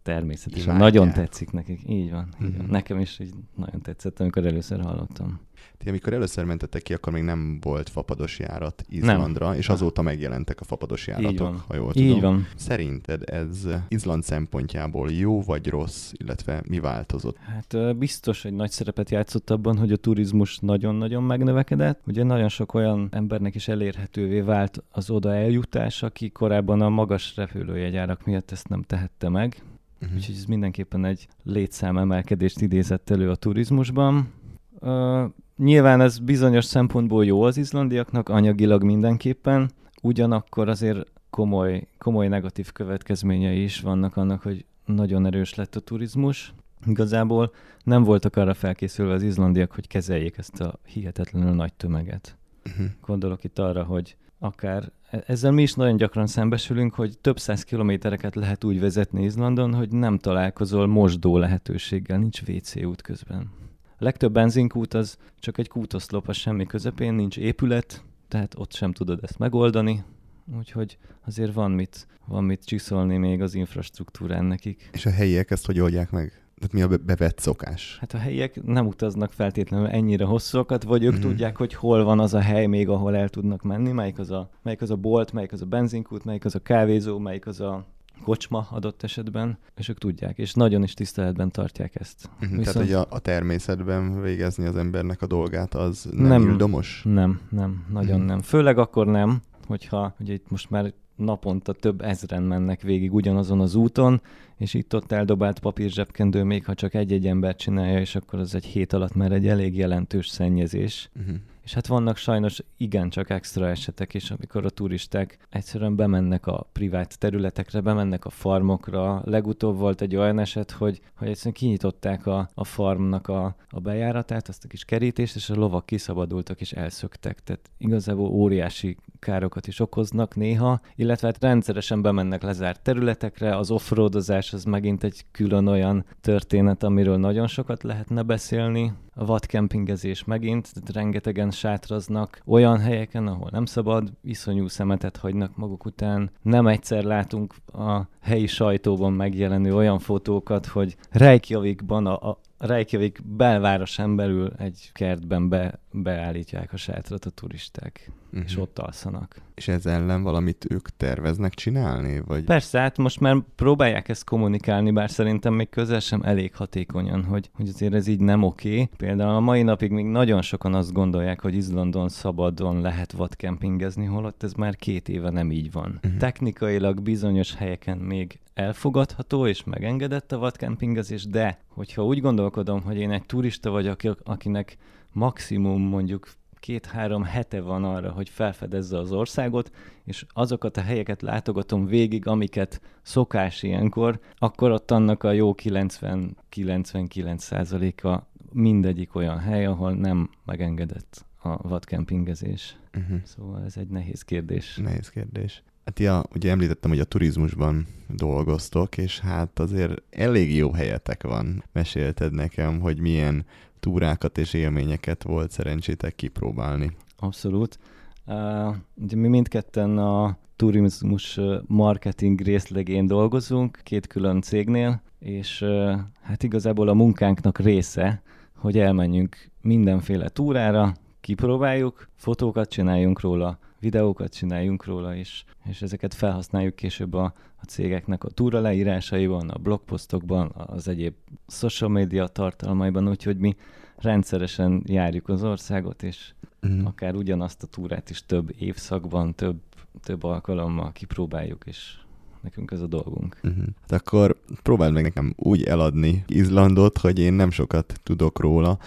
természetesen. Imádják. Nagyon tetszik nekik. Így van. Így Mm-hmm. van. Nekem is így nagyon tetszett, amikor először hallottam. Ti, amikor először mentetek ki, akkor még nem volt fapados járat Izlandra, nem. És azóta megjelentek a fapados járatok, ha jól tudom. Így van. Szerinted ez Izland szempontjából jó vagy rossz, illetve mi változott? Hát biztos, hogy nagy szerepet játszott abban, hogy a turizmus nagyon-nagyon megnövekedett. Ugye nagyon sok olyan embernek is elérhetővé vált az oda eljutás, aki korábban a magas repülőjegyárak miatt ezt nem tehette meg. Uh-huh. Úgyhogy ez mindenképpen egy létszámemelkedést idézett elő a turizmusban. Uh, nyilván ez bizonyos szempontból jó az izlandiaknak, anyagilag mindenképpen, ugyanakkor azért komoly, komoly negatív következményei is vannak annak, hogy nagyon erős lett a turizmus. Igazából nem voltak arra felkészülve az izlandiak, hogy kezeljék ezt a hihetetlenül nagy tömeget. Uh-huh. Gondolok itt arra, hogy akár ezzel mi is nagyon gyakran szembesülünk, hogy több száz kilométereket lehet úgy vezetni Izlandon, hogy nem találkozol mosdó lehetőséggel, nincs vé cé út közben. A legtöbb benzinkút az csak egy kútoszlop a semmi közepén, nincs épület, tehát ott sem tudod ezt megoldani, úgyhogy azért van mit, van mit csiszolni még az infrastruktúrán nekik. És a helyiek ezt hogy oldják meg? Tehát mi a bevett szokás? Hát a helyiek nem utaznak feltétlenül ennyire hosszúakat, vagy ők mm. tudják, hogy hol van az a hely még, ahol el tudnak menni, melyik az a, melyik az a bolt, melyik az a benzinkút, melyik az a kávézó, melyik az a kocsma adott esetben, és ők tudják, és nagyon is tiszteletben tartják ezt. Mm-hmm. Viszont... Tehát, hogy a, a természetben végezni az embernek a dolgát, az nem, nem ildomos? Nem, nem, nagyon mm. nem. Főleg akkor nem, hogyha ugye itt most már naponta több ezren mennek végig ugyanazon az úton, és itt-ott eldobált papírzsebkendő, még ha csak egy-egy ember csinálja, és akkor az egy hét alatt már egy elég jelentős szennyezés. Uh-huh. És hát vannak sajnos igencsak extra esetek is, amikor a turisták egyszerűen bemennek a privát területekre, bemennek a farmokra. Legutóbb volt egy olyan eset, hogy, hogy egyszerűen kinyitották a, a farmnak a, a bejáratát, azt a kis kerítést, és a lovak kiszabadultak és elszöktek. Tehát igazából óriási károkat is okoznak néha, illetve hát rendszeresen bemennek lezárt területekre. Az offroadozás az megint egy külön olyan történet, amiről nagyon sokat lehetne beszélni. A vadkempingezés megint, tehát rengetegen sátraznak olyan helyeken, ahol nem szabad, iszonyú szemetet hagynak maguk után. Nem egyszer látunk a helyi sajtóban megjelenő olyan fotókat, hogy Reykjavikban, a, a Reykjavik belvárosán belül egy kertben be, beállítják a sátrat a turisták, uh-huh. és ott alszanak. És ez ellen valamit ők terveznek csinálni? Vagy? Persze, hát most már próbálják ezt kommunikálni, bár szerintem még közel sem elég hatékonyan, hogy, hogy azért ez így nem oké. Például a mai napig még nagyon sokan azt gondolják, hogy Izlandon szabadon lehet vadkempingezni, holott ez már két éve nem így van. Uh-huh. Technikailag bizonyos helyeken még elfogadható és megengedett a vadkempingezés, de hogyha úgy gondolkodom, hogy én egy turista vagyok, akinek maximum mondjuk két-három hete van arra, hogy felfedezze az országot, és azokat a helyeket látogatom végig, amiket szokás ilyenkor, akkor ott annak a jó kilencven-kilencvenkilenc százaléka mindegyik olyan hely, ahol nem megengedett a vadkempingezés. Uh-huh. Szóval ez egy nehéz kérdés. Nehéz kérdés. Hát ja, ugye említettem, hogy a turizmusban dolgoztok, és hát azért elég jó helyetek van. Mesélted nekem, hogy milyen túrákat és élményeket volt szerencsétek kipróbálni. Abszolút. Uh, ugye mi mindketten a turizmus marketing részlegén dolgozunk, két külön cégnél, és uh, hát igazából a munkánknak része, hogy elmenjünk mindenféle túrára, kipróbáljuk, fotókat csináljunk róla, videókat csináljunk róla is, és ezeket felhasználjuk később a, a cégeknek a túra leírásaiban, a blogposztokban, az egyéb social media tartalmaiban, úgyhogy mi rendszeresen járjuk az országot, és uh-huh. akár ugyanazt a túrát is több évszakban, több, több alkalommal kipróbáljuk, és nekünk ez a dolgunk. Uh-huh. Hát akkor próbáld meg nekem úgy eladni Izlandot, hogy én nem sokat tudok róla.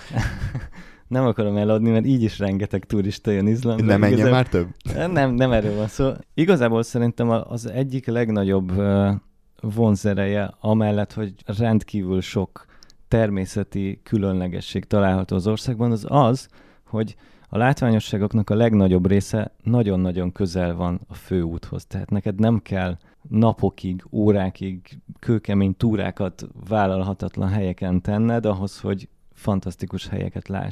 Nem akarom eladni, mert így is rengeteg turista jön Izlandra. Nem menjen már több? Nem, nem erről van szó. Igazából szerintem az egyik legnagyobb vonzereje, amellett, hogy rendkívül sok természeti különlegesség található az országban, az az, hogy a látványosságoknak a legnagyobb része nagyon-nagyon közel van a főúthoz. Tehát neked nem kell napokig, órákig kőkemény túrákat vállalhatatlan helyeken tenned ahhoz, hogy fantasztikus helyeket láss.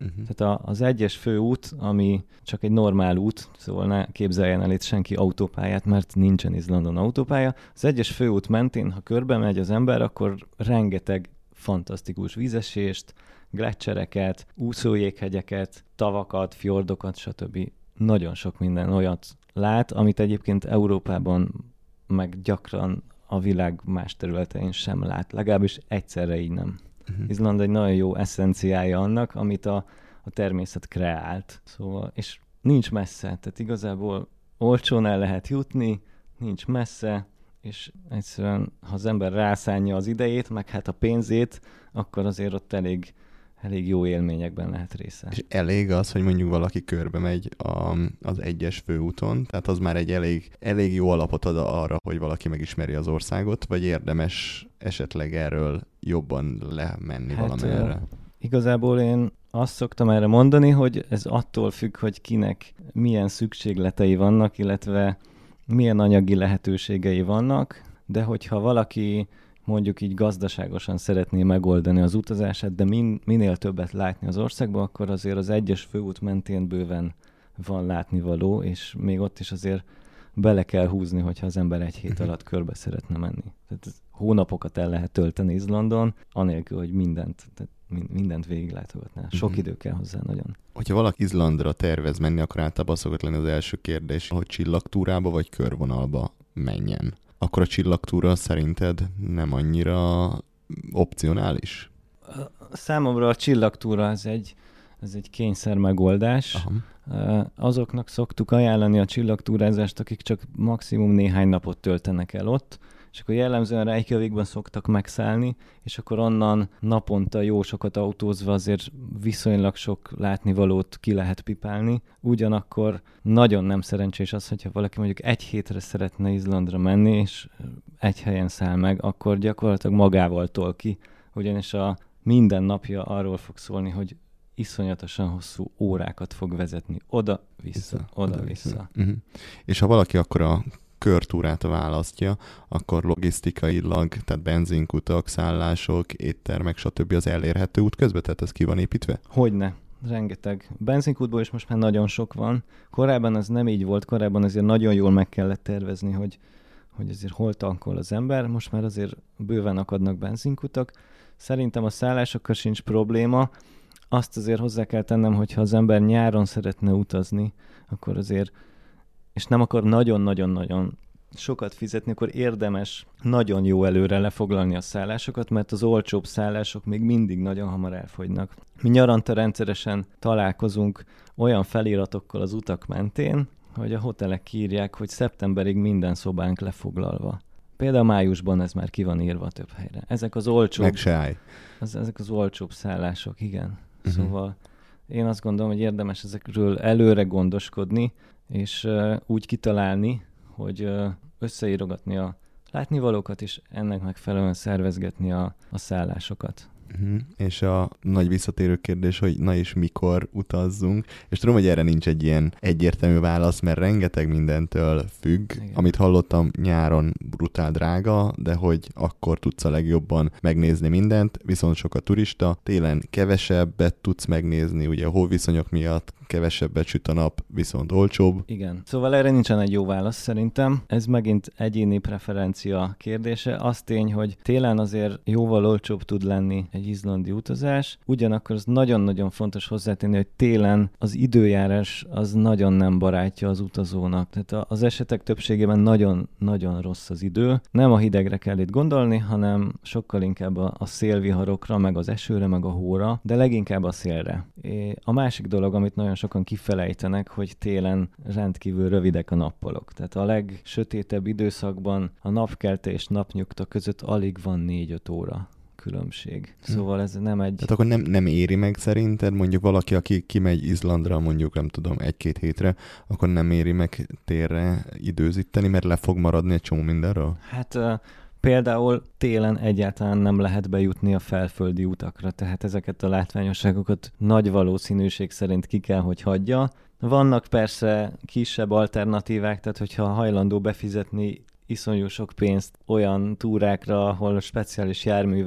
Uh-huh. Tehát a, az egyes főút, ami csak egy normál út, szóval ne képzeljen el itt senki autópályát, mert nincsen Izlandon autópálya. Az egyes főút mentén, ha körbe megy az ember, akkor rengeteg fantasztikus vízesést, gleccsereket, úszójéghegyeket, tavakat, fjordokat, stb. Nagyon sok minden olyat lát, amit egyébként Európában meg gyakran a világ más területein sem lát. Legalábbis egyszerre így nem. Uh-huh. Izland egy nagyon jó eszenciája annak, amit a, a természet kreált. Szóval, és nincs messze, tehát igazából olcsón el lehet jutni, nincs messze, és egyszerűen, ha az ember rászánja az idejét, meg hát a pénzét, akkor azért ott elég, elég jó élményekben lehet része. És elég az, hogy mondjuk valaki körbe megy a, az egyes főúton, tehát az már egy elég, elég jó alapot ad arra, hogy valaki megismeri az országot, vagy érdemes esetleg erről jobban lemenni hát, valamerre? Uh, igazából én azt szoktam erre mondani, hogy ez attól függ, hogy kinek milyen szükségletei vannak, illetve milyen anyagi lehetőségei vannak, de hogyha valaki mondjuk így gazdaságosan szeretné megoldani az utazását, de min, minél többet látni az országban, akkor azért az egyes főút mentén bőven van látnivaló, és még ott is azért bele kell húzni, hogyha az ember egy hét alatt körbe szeretne menni. Tehát hónapokat el lehet tölteni Izlandon, anélkül, hogy mindent, tehát mindent végiglátogatná. Sok uh-huh. idő kell hozzá nagyon. Hogyha valaki Izlandra tervez menni, akkor általában szokott lenni az első kérdés, hogy csillagtúrába vagy körvonalba menjen. Akkor a csillagtúra szerinted nem annyira opcionális? Számomra a csillagtúra ez egy, ez egy kényszer megoldás. Aha. Azoknak szoktuk ajánlani a csillagtúrázást, akik csak maximum néhány napot töltenek el ott, és akkor jellemzően Reykjavikban szoktak megszállni, és akkor onnan naponta jó sokat autózva azért viszonylag sok látnivalót ki lehet pipálni. Ugyanakkor nagyon nem szerencsés az, hogyha valaki mondjuk egy hétre szeretne Izlandra menni, és egy helyen száll meg, akkor gyakorlatilag magával tol ki, ugyanis a minden napja arról fog szólni, hogy iszonyatosan hosszú órákat fog vezetni oda-vissza, oda-vissza. Uh-huh. És ha valaki akkor a körtúrát választja, akkor logisztikailag, tehát benzinkutak, szállások, éttermek, stb. Az elérhető út közben, tehát ez ki van építve? Hogyne. Rengeteg. Benzinkútból is most már nagyon sok van. Korábban ez nem így volt, korábban azért nagyon jól meg kellett tervezni, hogy, hogy azért hol tankol az ember. Most már azért bőven akadnak benzinkutak. Szerintem a szállásokkal sincs probléma. Azt azért hozzá kell tennem, hogyha az ember nyáron szeretne utazni, akkor azért és nem akar nagyon-nagyon-nagyon sokat fizetni, akkor érdemes nagyon jó előre lefoglalni a szállásokat, mert az olcsóbb szállások még mindig nagyon hamar elfogynak. Mi nyaranta rendszeresen találkozunk olyan feliratokkal az utak mentén, hogy a hotelek kiírják, hogy szeptemberig minden szobánk lefoglalva. Például májusban ez már ki van írva több helyre. Ezek az olcsóbb... Meg se állj. Az, ezek az olcsóbb szállások, igen. Uh-huh. Szóval én azt gondolom, hogy érdemes ezekről előre gondoskodni, és uh, úgy kitalálni, hogy uh, összeírogatni a látnivalókat, és ennek megfelelően szervezgetni a, a szállásokat. Uh-huh. És a nagy visszatérő kérdés, hogy na és mikor utazzunk, és tudom, hogy erre nincs egy ilyen egyértelmű válasz, mert rengeteg mindentől függ. Igen. Amit hallottam, nyáron brutál drága, de hogy akkor tudsz a legjobban megnézni mindent, viszont sok a turista, télen kevesebbet tudsz megnézni, ugye a hóviszonyok miatt kevesebbet süt a nap, viszont olcsóbb. Igen. Szóval erre nincsen egy jó válasz szerintem. Ez megint egyéni preferencia kérdése. Az tény, hogy télen azért jóval olcsóbb tud lenni egy izlandi utazás, ugyanakkor az nagyon-nagyon fontos hozzátenni, hogy télen az időjárás az nagyon nem barátja az utazónak. Tehát az esetek többségében nagyon-nagyon rossz az idő. Nem a hidegre kell itt gondolni, hanem sokkal inkább a, a szélviharokra, meg az esőre, meg a hóra, de leginkább a szélre. A másik dolog, amit nagyon sokan kifelejtenek, hogy télen rendkívül rövidek a nappalok. Tehát a legsötétebb időszakban a napkelte és napnyugta között alig van négy-öt óra különbség. Szóval ez nem egy... Tehát akkor nem, nem éri meg szerinted, mondjuk valaki, aki kimegy Izlandra, mondjuk nem tudom, egy-két hétre, akkor nem éri meg térre időzíteni, mert le fog maradni egy csomó mindenről? Hát uh, például télen egyáltalán nem lehet bejutni a felföldi utakra, tehát ezeket a látványosságokat nagy valószínűség szerint ki kell, hogy hagyja. Vannak persze kisebb alternatívák, tehát hogyha hajlandó befizetni iszonyú sok pénzt olyan túrákra, ahol speciális járművel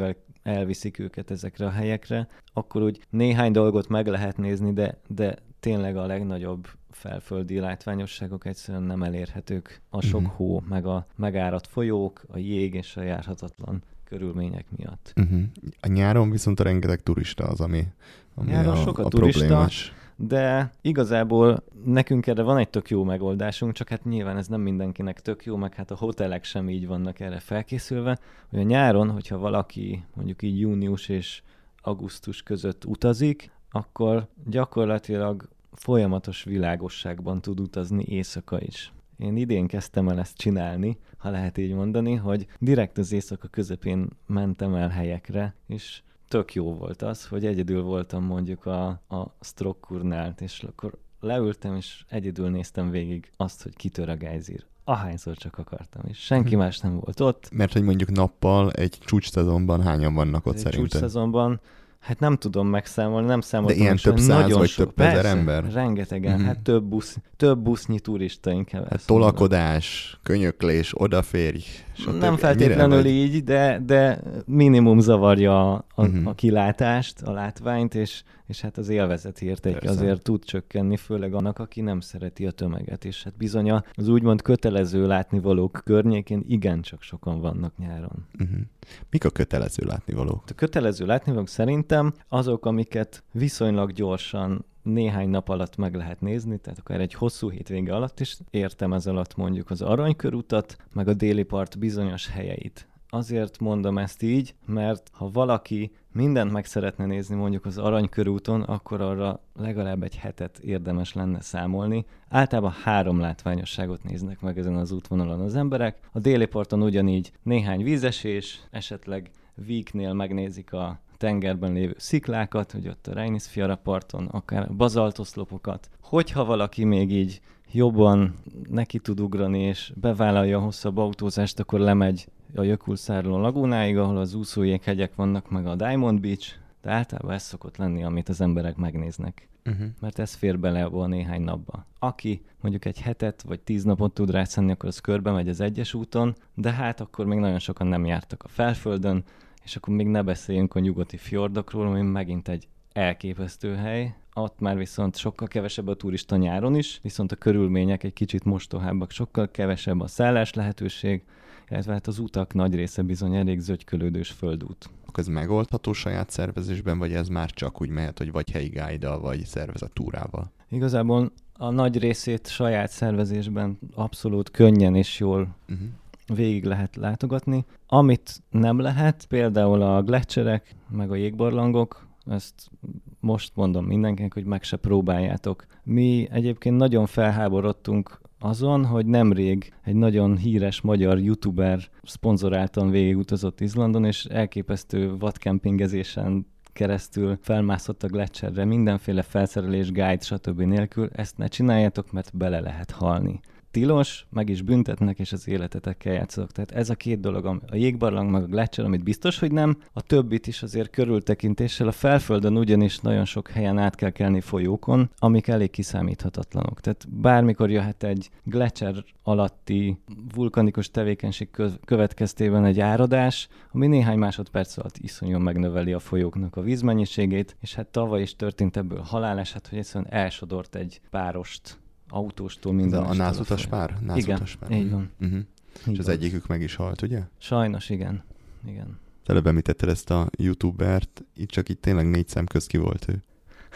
elviszik őket ezekre a helyekre, akkor úgy néhány dolgot meg lehet nézni, de, de tényleg a legnagyobb felföldi látványosságok egyszerűen nem elérhetők. A sok uh-huh. hó, meg a megáradt folyók, a jég és a járhatatlan körülmények miatt. Uh-huh. A nyáron viszont a rengeteg turista az, ami, ami nyáron a, sok a, a turista, problémás. De igazából nekünk erre van egy tök jó megoldásunk, csak hát nyilván ez nem mindenkinek tök jó, meg hát a hotelek sem így vannak erre felkészülve, hogy a nyáron, hogyha valaki mondjuk így június és augusztus között utazik, akkor gyakorlatilag folyamatos világosságban tud utazni éjszaka is. Én idén kezdtem el ezt csinálni, ha lehet így mondani, hogy direkt az éjszaka közepén mentem el helyekre, és tök jó volt az, hogy egyedül voltam mondjuk a, a Strokkurnál, és akkor leültem, és egyedül néztem végig azt, hogy kitör a gejzír. Ahányszor csak akartam, és senki más nem volt ott. Mert hogy mondjuk nappal egy csúcsszezonban hányan vannak ott egy szerintem? Csúcsszezonban, hát nem tudom megszámolni, nem számoltam. De ilyen több száz nagyon vagy sok. több Persze, ezer ember? Rengetegen, Mm-hmm. hát több, busz, több busznyi turista inkább. Hát tolakodás, könyöklés, odaférj, stb. Nem feltétlenül így, de, de minimum zavarja a, a, mm-hmm. a kilátást, a látványt, és, és hát az élvezeti értéke azért tud csökkenni, főleg annak, aki nem szereti a tömeget. És hát bizony az úgymond kötelező látnivalók környékén igencsak sokan vannak nyáron. Mm-hmm. Mik a kötelező látnivalók? A kötelező látnivalók szerintem azok, amiket viszonylag gyorsan néhány nap alatt meg lehet nézni, tehát akár egy hosszú hétvége alatt is értem ez alatt mondjuk az Aranykörútat, meg a déli part bizonyos helyeit. Azért mondom ezt így, mert ha valaki mindent meg szeretne nézni mondjuk az Aranykörúton, akkor arra legalább egy hetet érdemes lenne számolni. Általában három látványosságot néznek meg ezen az útvonalon az emberek. A déli parton ugyanígy néhány vízesés, esetleg Víknél megnézik a tengerben lévő sziklákat, hogy ott a Reinisfjara parton, akár bazaltoszlopokat. Hogyha valaki még így jobban neki tud ugrani, és bevállalja a hosszabb autózást, akkor lemegy a Jökulsárlón lagúnáig, ahol az úszójéghegyek vannak, meg a Diamond Beach, de általában ez szokott lenni, amit az emberek megnéznek. Uh-huh. Mert ez fér bele abba a néhány napba. Aki mondjuk egy hetet vagy tíz napot tud rászállni, akkor az körbe megy az egyes úton, de hát akkor még nagyon sokan nem jártak a felföldön, és akkor még ne beszéljünk a nyugati fjordokról, ami megint egy elképesztő hely. Ott már viszont sokkal kevesebb a turista nyáron is, viszont a körülmények egy kicsit mostohábbak, sokkal kevesebb a szállás lehetőség, illetve hát az utak nagy része bizony elég zögykölődős földút. Ez megoldható saját szervezésben, vagy ez már csak úgy mehet, hogy vagy helyi guide-dal, vagy szervezett túrával? Igazából a nagy részét saját szervezésben abszolút könnyen és jól uh-huh. végig lehet látogatni. Amit nem lehet, például a gleccserek, meg a jégbarlangok, ezt most mondom mindenkinek, hogy meg se próbáljátok. Mi egyébként nagyon felháborodtunk azon, hogy nemrég egy nagyon híres magyar youtuber szponzoráltan végigutazott Izlandon, és elképesztő vadkempingezésen keresztül felmászott a gleccserre, mindenféle felszerelés, guide, stb. Nélkül. Ezt ne csináljátok, mert bele lehet halni. Tilos, meg is büntetnek, és az életetekkel játszatok. Tehát ez a két dolog, a jégbarlang meg a gleccser, amit biztos, hogy nem, a többit is azért körültekintéssel. A felföldön ugyanis nagyon sok helyen át kell kelni folyókon, amik elég kiszámíthatatlanok. Tehát bármikor jöhet egy gleccser alatti vulkanikus tevékenység következtében egy áradás, ami néhány másodperc alatt iszonyúan megnöveli a folyóknak a vízmennyiségét, és hát tavaly is történt ebből haláleset, hogy egyszerűen elsodort egy párost autóstól minden. A nászutas pár? Nászutas igen, pár. Így van. Uh-huh. Így És az van. Egyikük meg is halt, ugye? Sajnos, igen. igen. Előbb említetted ezt a youtubert, itt csak itt tényleg négy szem közt ki volt ő.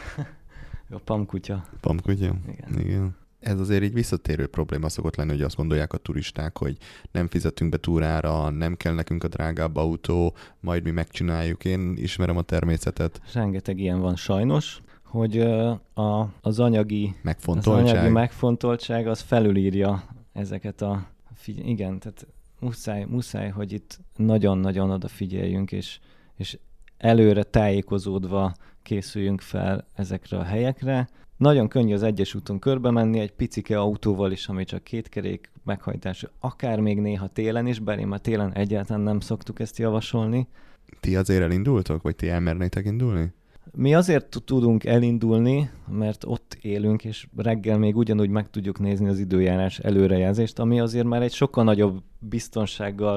A pamkutya. Pamkutya? Igen. igen. Ez azért így visszatérő probléma szokott lenni, hogy azt gondolják a turisták, hogy nem fizetünk be túrára, nem kell nekünk a drágább autó, majd mi megcsináljuk, én ismerem a természetet. Rengeteg ilyen van sajnos, hogy a, az anyagi megfontoltság. az anyagi megfontoltság az felülírja ezeket a figy- igen, tehát muszáj, muszáj, hogy itt nagyon-nagyon odafigyeljünk, és, és előre tájékozódva készüljünk fel ezekre a helyekre. Nagyon könnyű az egyes úton körbe menni, egy picike autóval is, ami csak két kerék meghajtású, akár még néha télen is, bár én már télen egyáltalán nem szoktuk ezt javasolni. Ti azért elindultok, vagy ti elmernétek indulni? Mi azért tudunk elindulni, mert ott élünk, és reggel még ugyanúgy meg tudjuk nézni az időjárás előrejelzést, ami azért már egy sokkal nagyobb biztonsággal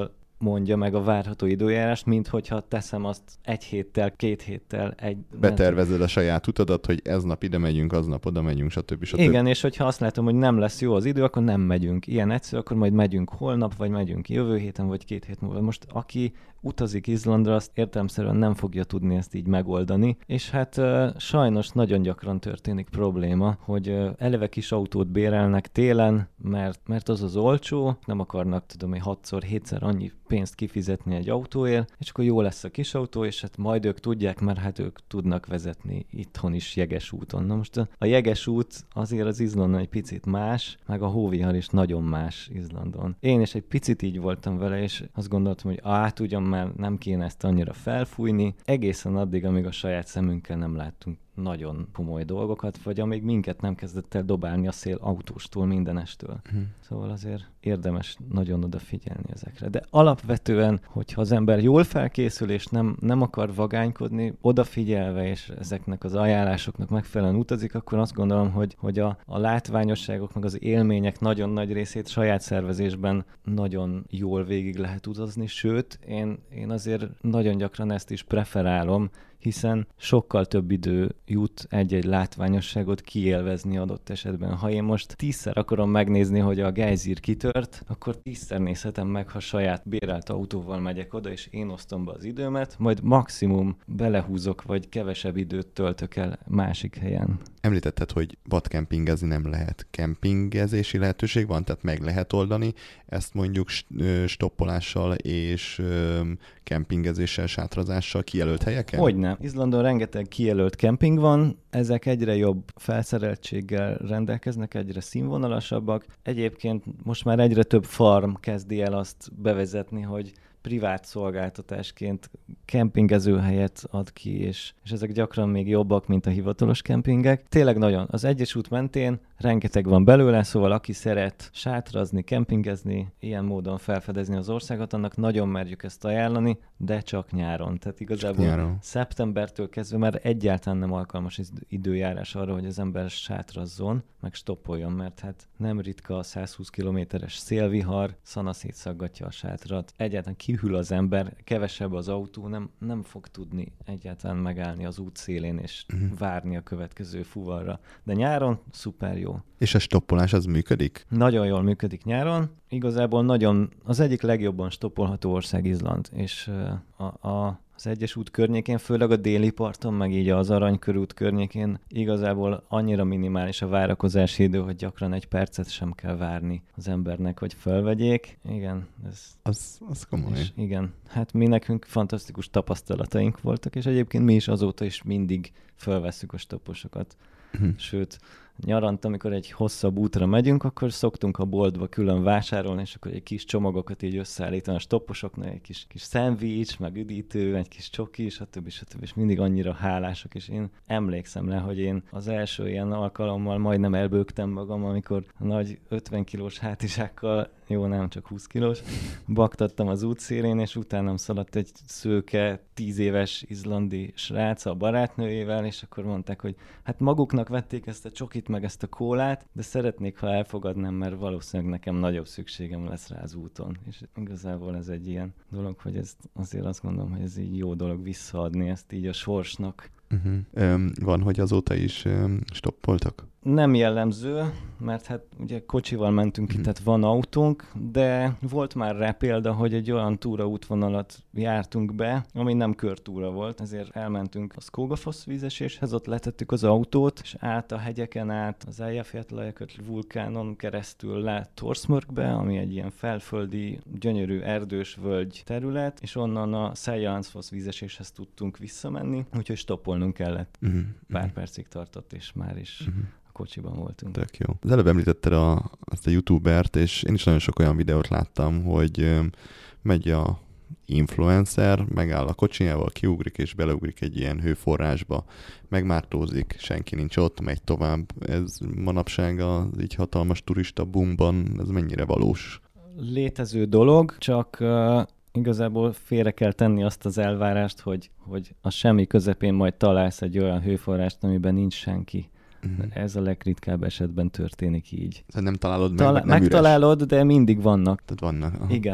mondja meg a várható időjárást, mint hogyha teszem azt egy héttel, két héttel, egy... Betervezed a saját utadat, hogy ez nap ide megyünk, aznap oda megyünk, stb. stb. Igen, és hogyha azt látom, hogy nem lesz jó az idő, akkor nem megyünk. Ilyen egyszerű, akkor majd megyünk holnap, vagy megyünk jövő héten, vagy két hét múlva. Most aki utazik Izlandra, azt értelemszerűen nem fogja tudni ezt így megoldani, és hát uh, sajnos nagyon gyakran történik probléma, hogy uh, eleve kis autót bérelnek télen, mert, mert az az olcsó, nem akarnak, tudom, hogy hatszor, hétszer annyi pénzt kifizetni egy autóért, és akkor jó lesz a kis autó, és hát majd ők tudják, mert hát ők tudnak vezetni itthon is jeges úton. Na most a, a jeges út azért az Izlandon egy picit más, meg a hóvihar is nagyon más Izlandon. Én is egy picit így voltam vele, és azt gondoltam, hogy át ugyan már nem kéne ezt annyira felfújni, egészen addig, amíg a saját szemünkkel nem láttunk nagyon komoly dolgokat, vagy amíg minket nem kezdett el dobálni a szél autóstól, mindenestől. Hmm. Szóval azért érdemes nagyon odafigyelni ezekre. De alapvetően, hogyha az ember jól felkészül, és nem, nem akar vagánykodni, odafigyelve, és ezeknek az ajánlásoknak megfelelően utazik, akkor azt gondolom, hogy, hogy a, a látványosságok, meg az élmények nagyon nagy részét saját szervezésben nagyon jól végig lehet utazni, sőt, én, én azért nagyon gyakran ezt is preferálom, hiszen sokkal több idő jut egy-egy látványosságot kiélvezni adott esetben. Ha én most tízszer akarom megnézni, hogy a gejzír kitört, akkor tízszer nézhetem meg, ha saját bérelt autóval megyek oda, és én osztom be az időmet, majd maximum belehúzok, vagy kevesebb időt töltök el másik helyen. Említetted, hogy vadkempingezni nem lehet. Kempingezési lehetőség van, tehát meg lehet oldani. Ezt mondjuk stoppolással és kempingezéssel, sátrazással kijelölt helyeken? Hogyne. Izlandon rengeteg kijelölt kemping van, ezek egyre jobb felszereltséggel rendelkeznek, egyre színvonalasabbak. Egyébként most már egyre több farm kezdi el azt bevezetni, hogy privát szolgáltatásként kempingezőhelyet ad ki, és, és ezek gyakran még jobbak, mint a hivatalos kempingek. Tényleg nagyon. Az egyes út mentén rengeteg van belőle, szóval aki szeret sátrazni, kempingezni, ilyen módon felfedezni az országot, annak nagyon merjük ezt ajánlani, de csak nyáron. Tehát igazából nyáron. Szeptembertől kezdve már egyáltalán nem alkalmas időjárás arra, hogy az ember sátrazzon, meg stoppoljon, mert hát nem ritka a százhúsz kilométeres szélvihar, szanaszét szaggatja a sátrat, egyáltalán kihűl az ember, kevesebb az autó, nem, nem fog tudni egyáltalán megállni az út szélén és uh-huh. várni a következő fuvarra. De nyáron szuper jó. És a stoppolás az működik? Nagyon jól működik nyáron. Igazából nagyon az egyik legjobban stoppolható ország Izland, és a, a az Egyesült környékén, főleg a déli parton, meg így az Aranykörút környékén igazából annyira minimális a várakozási idő, hogy gyakran egy percet sem kell várni az embernek, hogy fölvegyék. Igen, ez... Az, az komoly. És igen, hát mi nekünk fantasztikus tapasztalataink voltak, és egyébként mi is azóta is mindig fölvesszük a stopposokat. Hm. Sőt, nyarant, amikor egy hosszabb útra megyünk, akkor szoktunk a boltba külön vásárolni, és akkor egy kis csomagokat így összeállítani a stopposoknak, egy kis, kis szendvics, meg üdítő, egy kis csoki, stb. stb. És mindig annyira hálásak, és én emlékszem rá, hogy én az első ilyen alkalommal majdnem elbőgtem magam, amikor a nagy ötven kilós hátizsákkal, jó, nem csak húsz kilós, baktattam az útszélén, és utánam szaladt egy szőke, tíz éves izlandi srác a barátnőjével, és akkor mondták, hogy hát maguknak vették ezt a csokit, meg ezt a kólát, de szeretnék, ha elfogadnám, mert valószínűleg nekem nagyobb szükségem lesz rá az úton. És igazából ez egy ilyen dolog, hogy ezt azért azt gondolom, hogy ez így jó dolog visszaadni ezt így a sorsnak. Uh-huh. Öm, van, hogy azóta is öm, stoppoltak? Nem jellemző, mert hát ugye kocsival mentünk ki, tehát van autónk, de volt már rá példa, hogy egy olyan túraútvonalat jártunk be, ami nem körtúra volt, ezért elmentünk a Skogafoss vízeséshez, ott letettük az autót, és át a hegyeken át, az Eyjafjallajökull vulkánon keresztül le Thorsmörkbe, ami egy ilyen felföldi, gyönyörű erdős völgy terület, és onnan a Seljalandsfoss vízeséshez tudtunk visszamenni, úgyhogy stoppolnunk kellett. Uh-huh. Pár percig tartott, és már is uh-huh. kocsiban voltunk. Tök jó. Az előbb említetted a, azt a youtubert, és én is nagyon sok olyan videót láttam, hogy ö, megy a influencer, megáll a kocsijával, kiugrik és beleugrik egy ilyen hőforrásba, megmártózik, senki nincs ott, megy tovább. Ez manapság az így hatalmas turista boomban, ez mennyire valós? Létező dolog, csak uh, igazából félre kell tenni azt az elvárást, hogy, hogy a semmi közepén majd találsz egy olyan hőforrást, amiben nincs senki. Uh-huh. Ez a legritkább esetben történik így. Tehát nem találod meg, Talá- nem Megtalálod, üres. De mindig vannak. Tehát vannak. Aha. Igen.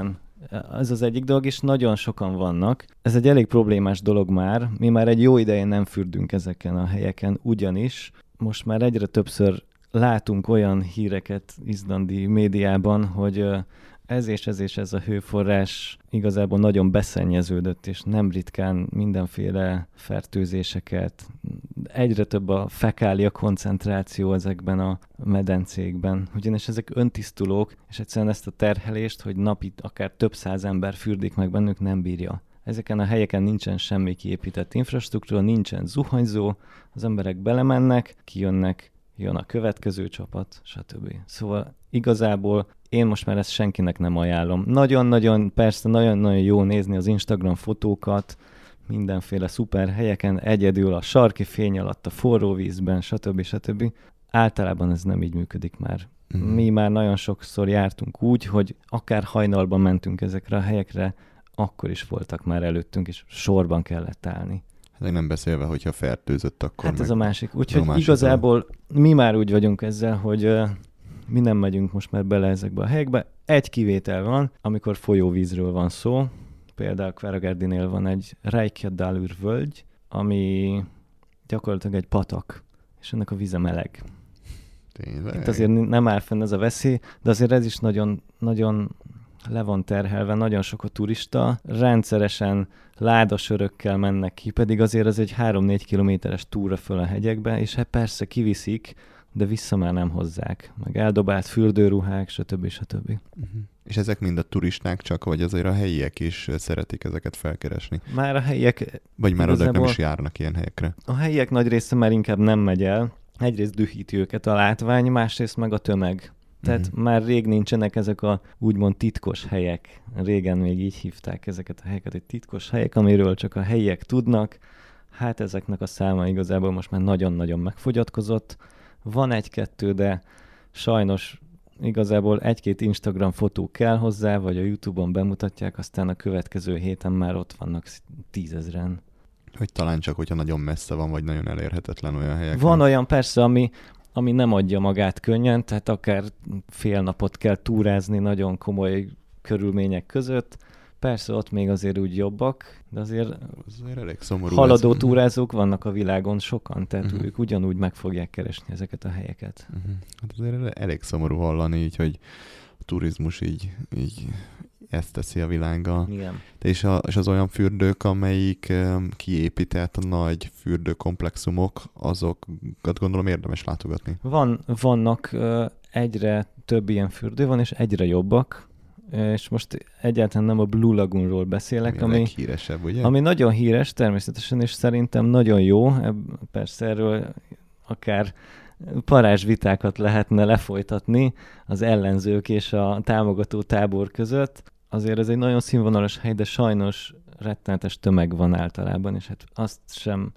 Ez az egyik dolog, és nagyon sokan vannak. Ez egy elég problémás dolog már. Mi már egy jó ideje nem fürdünk ezeken a helyeken, ugyanis most már egyre többször látunk olyan híreket izlandi médiában, hogy ez és ez és ez a hőforrás igazából nagyon beszennyeződött, és nem ritkán mindenféle fertőzéseket. Egyre több a fekália koncentráció ezekben a medencékben. Ugyanis ezek öntisztulók, és egyszerűen ezt a terhelést, hogy napi akár több száz ember fürdik meg bennük, nem bírja. Ezeken a helyeken nincsen semmi kiépített infrastruktúra, nincsen zuhanyzó, az emberek belemennek, kijönnek, jön a következő csapat, stb. Szóval igazából én most már ezt senkinek nem ajánlom. Nagyon-nagyon, persze nagyon-nagyon jó nézni az Instagram fotókat, mindenféle szuper helyeken, egyedül a sarki fény alatt, a forró vízben, stb. stb. Általában ez nem így működik már. Mm. Mi már nagyon sokszor jártunk úgy, hogy akár hajnalban mentünk ezekre a helyekre, akkor is voltak már előttünk, és sorban kellett állni. Hát nem beszélve, hogyha fertőzött, akkor Hát meg... ez a másik. Úgyhogy igazából a... mi már úgy vagyunk ezzel, hogy uh, mi nem megyünk most már bele ezekbe a helyekbe. Egy kivétel van, amikor folyóvízről van szó. Például Kveragárdinél van egy Reykjadalur völgy, ami gyakorlatilag egy patak, és ennek a víze meleg. Tényleg? Itt azért nem áll fenn ez a veszély, de azért ez is nagyon, nagyon le van terhelve, nagyon sok a turista, rendszeresen ládasörökkel mennek ki, pedig azért az egy három-négy kilométeres túra föl a hegyekbe, és hát persze kiviszik, de vissza már nem hozzák. Meg eldobált fürdőruhák, stb. stb. Uh-huh. És ezek mind a turisták csak, vagy azért a helyiek is szeretik ezeket felkeresni? Már a helyiek... Vagy már oda nem is járnak ilyen helyekre? A helyiek nagy része már inkább nem megy el. Egyrészt dühíti őket a látvány, másrészt meg a tömeg. Tehát uh-huh. már rég nincsenek ezek a úgymond titkos helyek. Régen még így hívták ezeket a helyeket, hogy titkos helyek, amiről csak a helyiek tudnak. Hát ezeknek a száma igazából most már nagyon-nagyon megfogyatkozott. Van egy-kettő, de sajnos igazából egy-két Instagram fotó kell hozzá, vagy a YouTube-on bemutatják, aztán a következő héten már ott vannak tízezren. Hogy talán csak, hogyha nagyon messze van, vagy nagyon elérhetetlen olyan helyek. Van olyan persze, ami, ami nem adja magát könnyen, tehát akár fél napot kell túrázni nagyon komoly körülmények között. Persze ott még azért úgy jobbak, de azért, azért elég szomorú haladó ez. túrázók vannak a világon sokan, tehát uh-huh. ők ugyanúgy meg fogják keresni ezeket a helyeket. Uh-huh. Hát azért elég szomorú hallani így, hogy a turizmus így, így ezt teszi a világgal. Igen. És, a, és az olyan fürdők, amelyik um, kiépített a nagy fürdőkomplexumok, azokat gondolom érdemes látogatni. Van, vannak uh, egyre több ilyen fürdő van, és egyre jobbak. És most egyáltalán nem a Blue Lagoonról beszélek, ami, ami, híresebb, ugye? ami nagyon híres természetesen, és szerintem nagyon jó. Persze erről akár parázsvitákat lehetne lefolytatni az ellenzők és a támogató tábor között. Azért ez egy nagyon színvonalas hely, de sajnos rettenetes tömeg van általában, és hát azt sem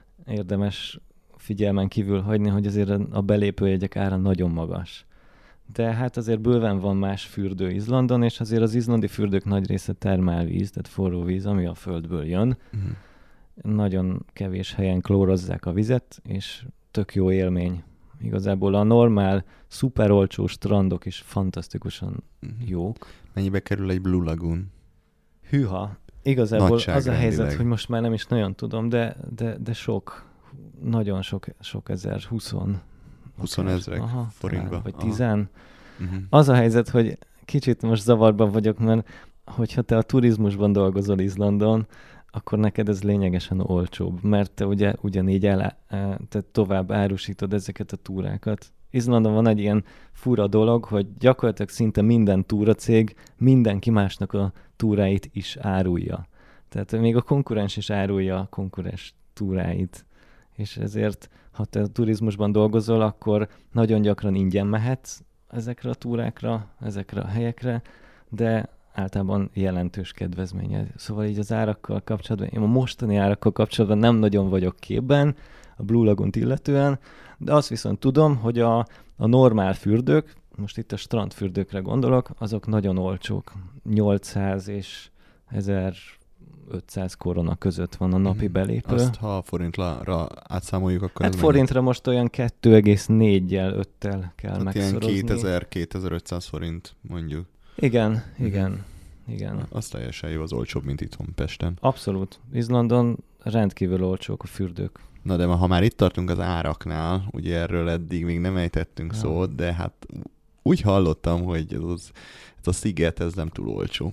érdemes figyelmen kívül hagyni, hogy azért a belépőjegyek ára nagyon magas. De hát azért bőven van más fürdő Izlandon, és azért az izlandi fürdők nagy része termálvíz, tehát forró víz, ami a földből jön. Uh-huh. Nagyon kevés helyen klórozzák a vizet, és tök jó élmény. Igazából a normál, szuper olcsó strandok is fantasztikusan uh-huh. jók. Mennyibe kerül egy Blue Lagoon? Hűha. Igazából az a helyzet, hogy most már nem is nagyon tudom, de, de, de sok, nagyon sok, sok ezer, huszon. huszonezrek forintba. Vagy tizen. Uh-huh. Az a helyzet, hogy kicsit most zavarban vagyok, mert hogyha te a turizmusban dolgozol Izlandon, akkor neked ez lényegesen olcsóbb, mert te ugye ugyanígy el, te tovább árusítod ezeket a túrákat. Izlandon van egy ilyen fura dolog, hogy gyakorlatilag szinte minden túracég mindenki másnak a túráit is árulja. Tehát még a konkurens is árulja a konkurens túráit. És ezért, ha te a turizmusban dolgozol, akkor nagyon gyakran ingyen mehetsz ezekre a túrákra, ezekre a helyekre, de általában jelentős kedvezménye. Szóval így az árakkal kapcsolatban, én a mostani árakkal kapcsolatban nem nagyon vagyok képben a Blue Lagoont illetően, de azt viszont tudom, hogy a, a normál fürdők, most itt a strandfürdőkre gondolok, azok nagyon olcsók. nyolcszáz és ezerötszáz korona között van a napi belépő. Azt, ha forintra átszámoljuk, akkor... Hát forintra mennyi? Most olyan kettő egész négyel, öttel kell hát megszorozni. Ilyen kétezer-kétezer-ötszáz forint mondjuk. Igen, igen. Igen. Az teljesen jó, az olcsóbb, mint itthon Pesten. Abszolút. Izlandon rendkívül olcsók a fürdők. Na de ha már itt tartunk az áraknál, ugye erről eddig még nem ejtettünk ja. szót, de hát úgy hallottam, hogy ez, az, ez a sziget, ez nem túl olcsó.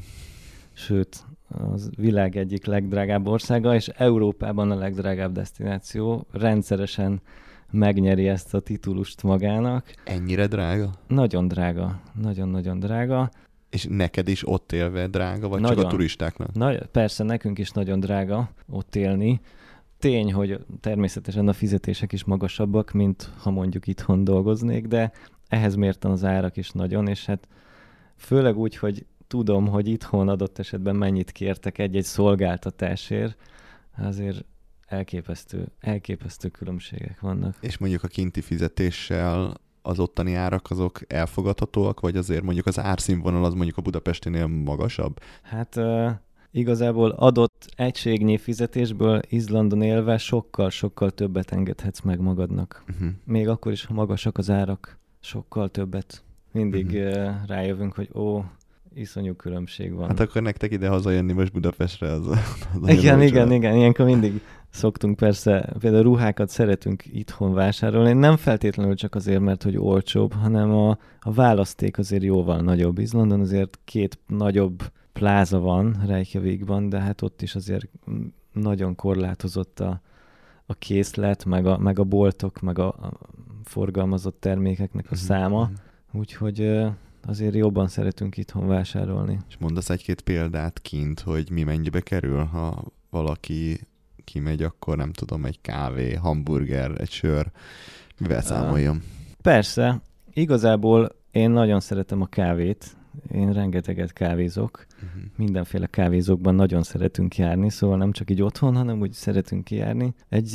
Sőt, az világ egyik legdrágább országa, és Európában a legdrágább desztináció. Rendszeresen megnyeri ezt a titulust magának. Ennyire drága? Nagyon drága. Nagyon-nagyon drága. És neked is ott élve drága, vagy nagyon, csak a turistáknak? Na, persze, nekünk is nagyon drága ott élni. Tény, hogy természetesen a fizetések is magasabbak, mint ha mondjuk itthon dolgoznék, de ehhez mérten az árak is nagyon, és hát főleg úgy, hogy tudom, hogy itthon adott esetben mennyit kértek egy-egy szolgáltatásért, azért elképesztő, elképesztő különbségek vannak. És mondjuk a kinti fizetéssel az ottani árak azok elfogadhatóak, vagy azért mondjuk az árszínvonal az mondjuk a budapestinél magasabb? Hát uh, igazából adott egységnyi fizetésből Izlandon élve sokkal-sokkal többet engedhetsz meg magadnak. Uh-huh. Még akkor is, ha magasak az árak, sokkal többet. Mindig uh-huh. uh, rájövünk, hogy ó, iszonyú különbség van. Hát akkor nektek ide hazajönni most Budapestre az, az igen, igen, igen. Ilyenkor mindig szoktunk persze, például ruhákat szeretünk itthon vásárolni. Nem feltétlenül csak azért, mert hogy olcsóbb, hanem a, a választék azért jóval nagyobb. Izlandon azért két nagyobb pláza van Reykjavikban, de hát ott is azért nagyon korlátozott a, a készlet, meg a, meg a boltok, meg a, a forgalmazott termékeknek a száma. Úgyhogy azért jobban szeretünk itthon vásárolni. És mondasz egy-két példát kint, hogy mi mennyibe kerül, ha valaki kimegy, akkor nem tudom, egy kávé, hamburger, egy sör, mivel számoljon? Persze. Igazából én nagyon szeretem a kávét. Én rengeteget kávézok. Uh-huh. Mindenféle kávézókban nagyon szeretünk járni, szóval nem csak így otthon, hanem úgy szeretünk kijárni. Egy,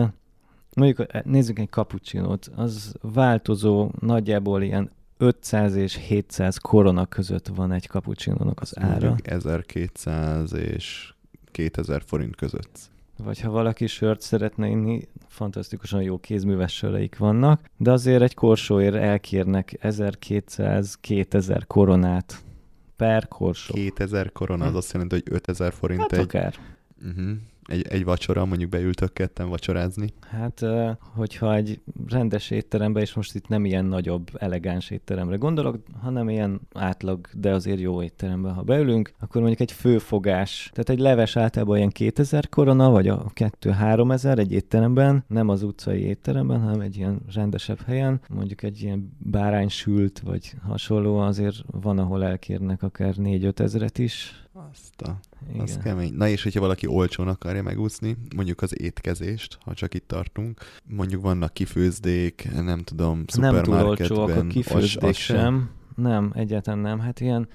mondjuk nézzük egy cappuccinót. Az változó, nagyjából ilyen ötszáz és hétszáz korona között van egy cappuccinónak az ára. Mondjuk ezerkétszáz és kétezer forint között. Vagy ha valaki sört szeretne inni, fantasztikusan jó kézműves söreik vannak, de azért egy korsóért elkérnek ezerkétszáz-kétezer koronát per korsó. kétezer korona, az hm. azt jelenti, hogy ötezer forint hát egy... akár. Uh-huh. Egy, egy vacsora, mondjuk beültök ketten vacsorázni? Hát, hogyha egy rendes étterembe, és most itt nem ilyen nagyobb, elegáns étteremre gondolok, hanem ilyen átlag, de azért jó étterembe, ha beülünk, akkor mondjuk egy főfogás, tehát egy leves általában ilyen kétezer korona, vagy a kettő-három ezer egy étteremben, nem az utcai étteremben, hanem egy ilyen rendesebb helyen, mondjuk egy ilyen báránysült, vagy hasonló, azért van, ahol elkérnek akár négy-öt ezret is. Azt a... Az kemény. Na és hogyha valaki olcsón akarja megúszni, mondjuk az étkezést, ha csak itt tartunk, mondjuk vannak kifőzdék, nem tudom, szupermarketben. Nem túl olcsóak a kifőzdék sem. sem. Nem, egyáltalán nem. Hát ilyen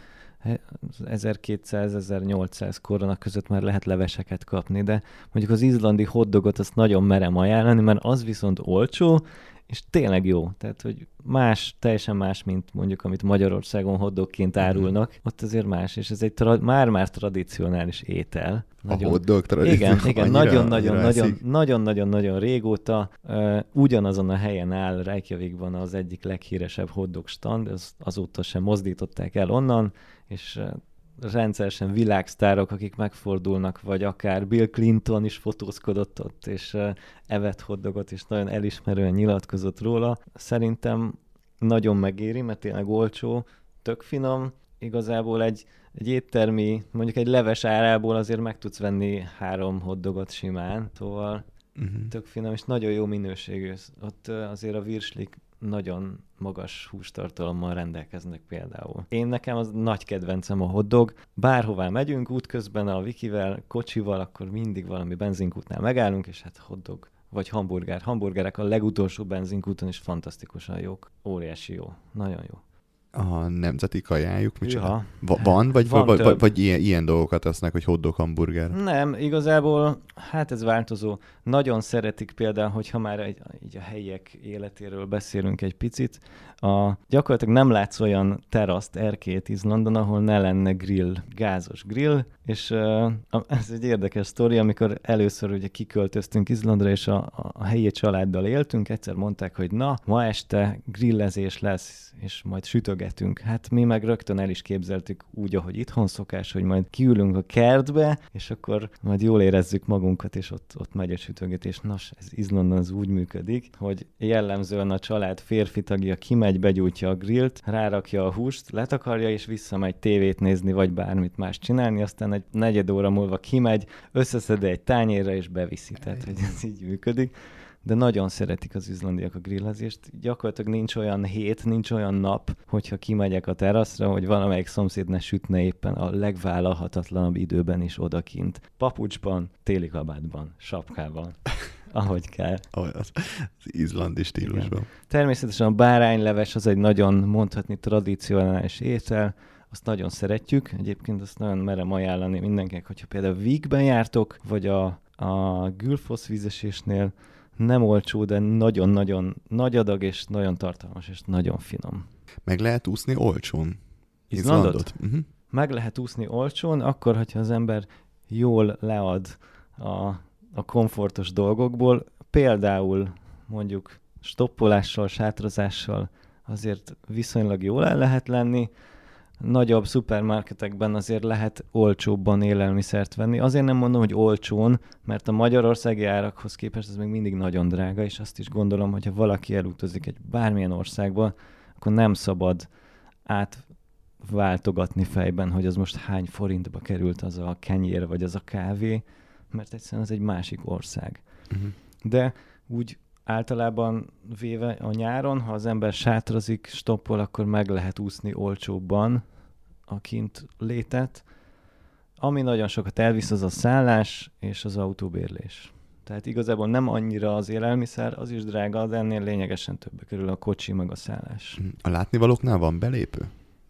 ezerkétszáz-ezernyolcszáz korona között már lehet leveseket kapni, de mondjuk az izlandi hotdogot azt nagyon merem ajánlani, mert az viszont olcsó, és tényleg jó. Tehát, hogy más, teljesen más, mint mondjuk, amit Magyarországon hotdogként árulnak. Mm-hmm. Ott azért más, és ez egy tra- már-már tradicionális étel. Nagyon, a hotdog tradíció. Igen, igen, nagyon-nagyon-nagyon-nagyon-nagyon régóta uh, ugyanazon a helyen áll Reykjavikban az egyik leghíresebb hotdog stand, az, azóta sem mozdították el onnan, és uh, rendszeresen világsztárok, akik megfordulnak, vagy akár Bill Clinton is fotózkodott ott, és uh, evett hotdogot, és nagyon elismerően nyilatkozott róla. Szerintem nagyon megéri, mert tényleg olcsó, tök finom. Igazából egy, egy éttermi, mondjuk egy leves árából azért meg tudsz venni három hotdogot simán, szóval uh-huh. tök finom, és nagyon jó minőségű. Ott uh, azért a virslik nagyon magas hústartalommal rendelkeznek például. Én nekem az nagy kedvencem a hotdog. Bárhová megyünk útközben a Vikivel, kocsival, akkor mindig valami benzinkútnál megállunk, és hát hotdog vagy hamburger. Hamburgerek a legutolsó benzinkúton is fantasztikusan jók. Óriási jó. Nagyon jó. A nemzeti kajájuk micsoda? Ja. Van, vagy, Van vagy, vagy, vagy ilyen, ilyen dolgokat tesznek, hogy hotdog hamburger? Nem, igazából, hát ez változó. Nagyon szeretik például, hogyha már egy, így a helyiek életéről beszélünk egy picit, a, gyakorlatilag nem látsz olyan teraszt, erkét Izlandon, ahol ne lenne grill, gázos grill, és uh, ez egy érdekes sztori, amikor először ugye kiköltöztünk Izlandra, és a, a helyi családdal éltünk, egyszer mondták, hogy na, ma este grillezés lesz, és majd sütöget etünk. Hát mi meg rögtön el is képzeltük úgy, ahogy itthon szokás, hogy majd kiülünk a kertbe, és akkor majd jól érezzük magunkat, és ott, ott megy a sütögetés. Nos, ez Izlandon az úgy működik, hogy jellemzően a család férfi tagja kimegy, begyújtja a grillt, rárakja a húst, letakarja, és visszamegy tévét nézni, vagy bármit más csinálni, aztán egy negyed óra múlva kimegy, összeszedi egy tányérra, és beviszi. Tehát, hogy ez így működik. De nagyon szeretik az izlandiak a grillezést. Gyakorlatilag nincs olyan hét, nincs olyan nap, hogyha kimegyek a teraszra, hogy valamelyik szomszéd ne sütne éppen a legvállalhatatlanabb időben is odakint. Papucsban, téli kabátban, sapkában, ahogy kell. Az, az izlandi stílusban. Igen. Természetesen a bárányleves az egy nagyon, mondhatni, tradicionális étel, azt nagyon szeretjük. Egyébként azt nagyon merem ajánlani mindenkinek, hogyha például Vígben jártok, vagy a, a Gülfoss vízesésnél, nem olcsó, de nagyon-nagyon nagy adag, és nagyon tartalmas, és nagyon finom. Meg lehet úszni olcsón? Izlandot? Izlandot? Uh-huh. Meg lehet úszni olcsón, akkor, hogyha az ember jól lead a, a komfortos dolgokból, például mondjuk stoppolással, sátrazással azért viszonylag jól el lehet lenni, nagyobb szupermarketekben azért lehet olcsóbban élelmiszert venni. Azért nem mondom, hogy olcsón, mert a magyarországi árakhoz képest ez még mindig nagyon drága, és azt is gondolom, hogy ha valaki elutazik egy bármilyen országba, akkor nem szabad átváltogatni fejben, hogy az most hány forintba került az a kenyér, vagy az a kávé, mert egyszerűen ez egy másik ország. Uh-huh. De úgy általában véve a nyáron, ha az ember sátrazik, stoppol, akkor meg lehet úszni olcsóbban a kint létet. Ami nagyon sokat elvisz, az a szállás és az autóbérlés. Tehát igazából nem annyira az élelmiszer, az is drága, de ennél lényegesen többbe kerül a kocsi meg a szállás. A látnivalóknál van belépő?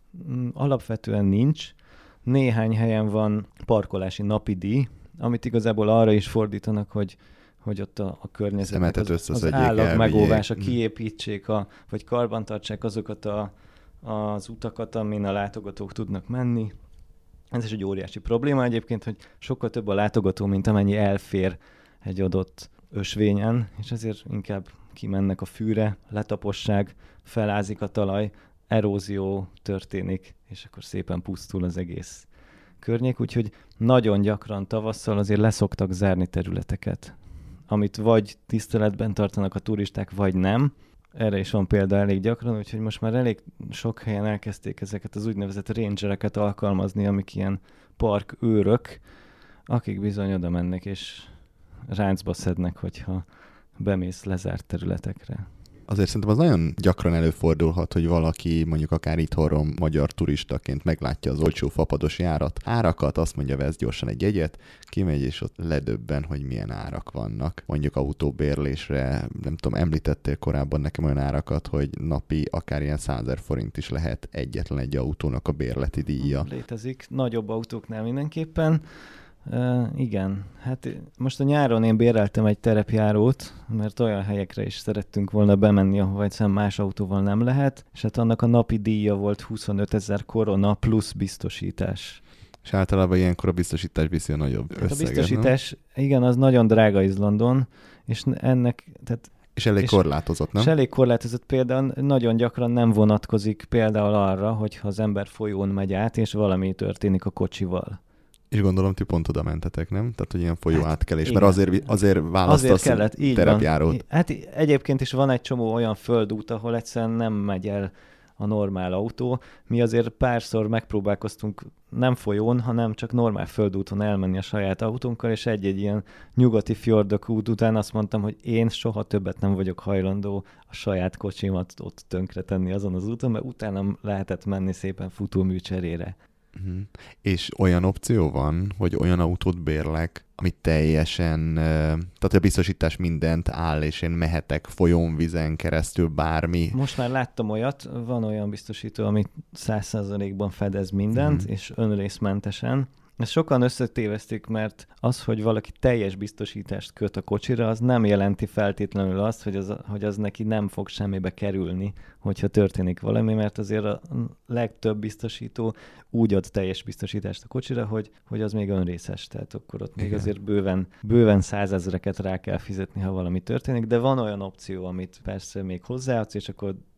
Alapvetően nincs. Néhány helyen van parkolási napi díj, amit igazából arra is fordítanak, hogy hogy ott a, a környezetnek az, az állag megóvása, kiépítsék, a, vagy karbantartsák azokat a, az utakat, amin a látogatók tudnak menni. Ez is egy óriási probléma egyébként, hogy sokkal több a látogató, mint amennyi elfér egy adott ösvényen, és ezért inkább kimennek a fűre, letaposság, felázik a talaj, erózió történik, és akkor szépen pusztul az egész környék, úgyhogy nagyon gyakran tavasszal azért leszoktak zárni területeket, amit vagy tiszteletben tartanak a turisták, vagy nem. Erre is van példa elég gyakran, úgyhogy most már elég sok helyen elkezdték ezeket az úgynevezett rangereket alkalmazni, amik ilyen parkőrök, akik bizony oda mennek és ráncba szednek, hogyha bemész lezárt területekre. Azért szerintem az nagyon gyakran előfordulhat, hogy valaki mondjuk akár itthonról magyar turistaként meglátja az olcsó fapados járat árakat, azt mondja, vesz gyorsan egy jegyet, kimegy és ott ledöbben, hogy milyen árak vannak. Mondjuk autóbérlésre, nem tudom, említettél korábban nekem olyan árakat, hogy napi akár ilyen százezer forint is lehet egyetlen egy autónak a bérleti díja. Létezik, nagyobb autóknál mindenképpen. Uh, igen, hát most a nyáron én béreltem egy terepjárót, mert olyan helyekre is szerettünk volna bemenni, ahova egyszerűen más autóval nem lehet, és hát annak a napi díja volt huszonötezer korona plusz biztosítás. És általában ilyenkor a biztosítás viszi a nagyobb összeget, A biztosítás, nem? Igen, az nagyon drága Izlandon, és ennek... Tehát És elég és, korlátozott, nem? És elég korlátozott, például nagyon gyakran nem vonatkozik például arra, hogyha az ember folyón megy át, és valami történik a kocsival. És gondolom, ti pont oda mentetek, nem? Tehát, hogy ilyen folyó hát, átkelés, igen. Mert azért, azért választasz azért kellett, így terepjárót. Van. Hát egyébként is van egy csomó olyan földút, ahol egyszerűen nem megy el a normál autó. Mi azért párszor megpróbálkoztunk nem folyón, hanem csak normál földúton elmenni a saját autónkkal, és egy-egy ilyen nyugati fjordok út után azt mondtam, hogy én soha többet nem vagyok hajlandó a saját kocsimat ott tönkretenni azon az úton, mert utána lehetett menni szépen futómű cserére. Uh-huh. És olyan opció van, hogy olyan autót bérlek, ami teljesen, tehát a biztosítás mindent áll, és én mehetek folyón, vizen keresztül bármi. Most már láttam olyat, van olyan biztosító, ami száz százalékban fedez mindent, uh-huh. és önrészmentesen. Ezt sokan összetévesztik, mert az, hogy valaki teljes biztosítást köt a kocsira, az nem jelenti feltétlenül azt, hogy az, hogy az neki nem fog semmibe kerülni, hogyha történik valami, mert azért a legtöbb biztosító úgy ad teljes biztosítást a kocsira, hogy, hogy az még önrészes, tehát akkor ott még igen. azért bőven, bőven százezreket rá kell fizetni, ha valami történik, de van olyan opció, amit persze még hozzáadsz, és akkor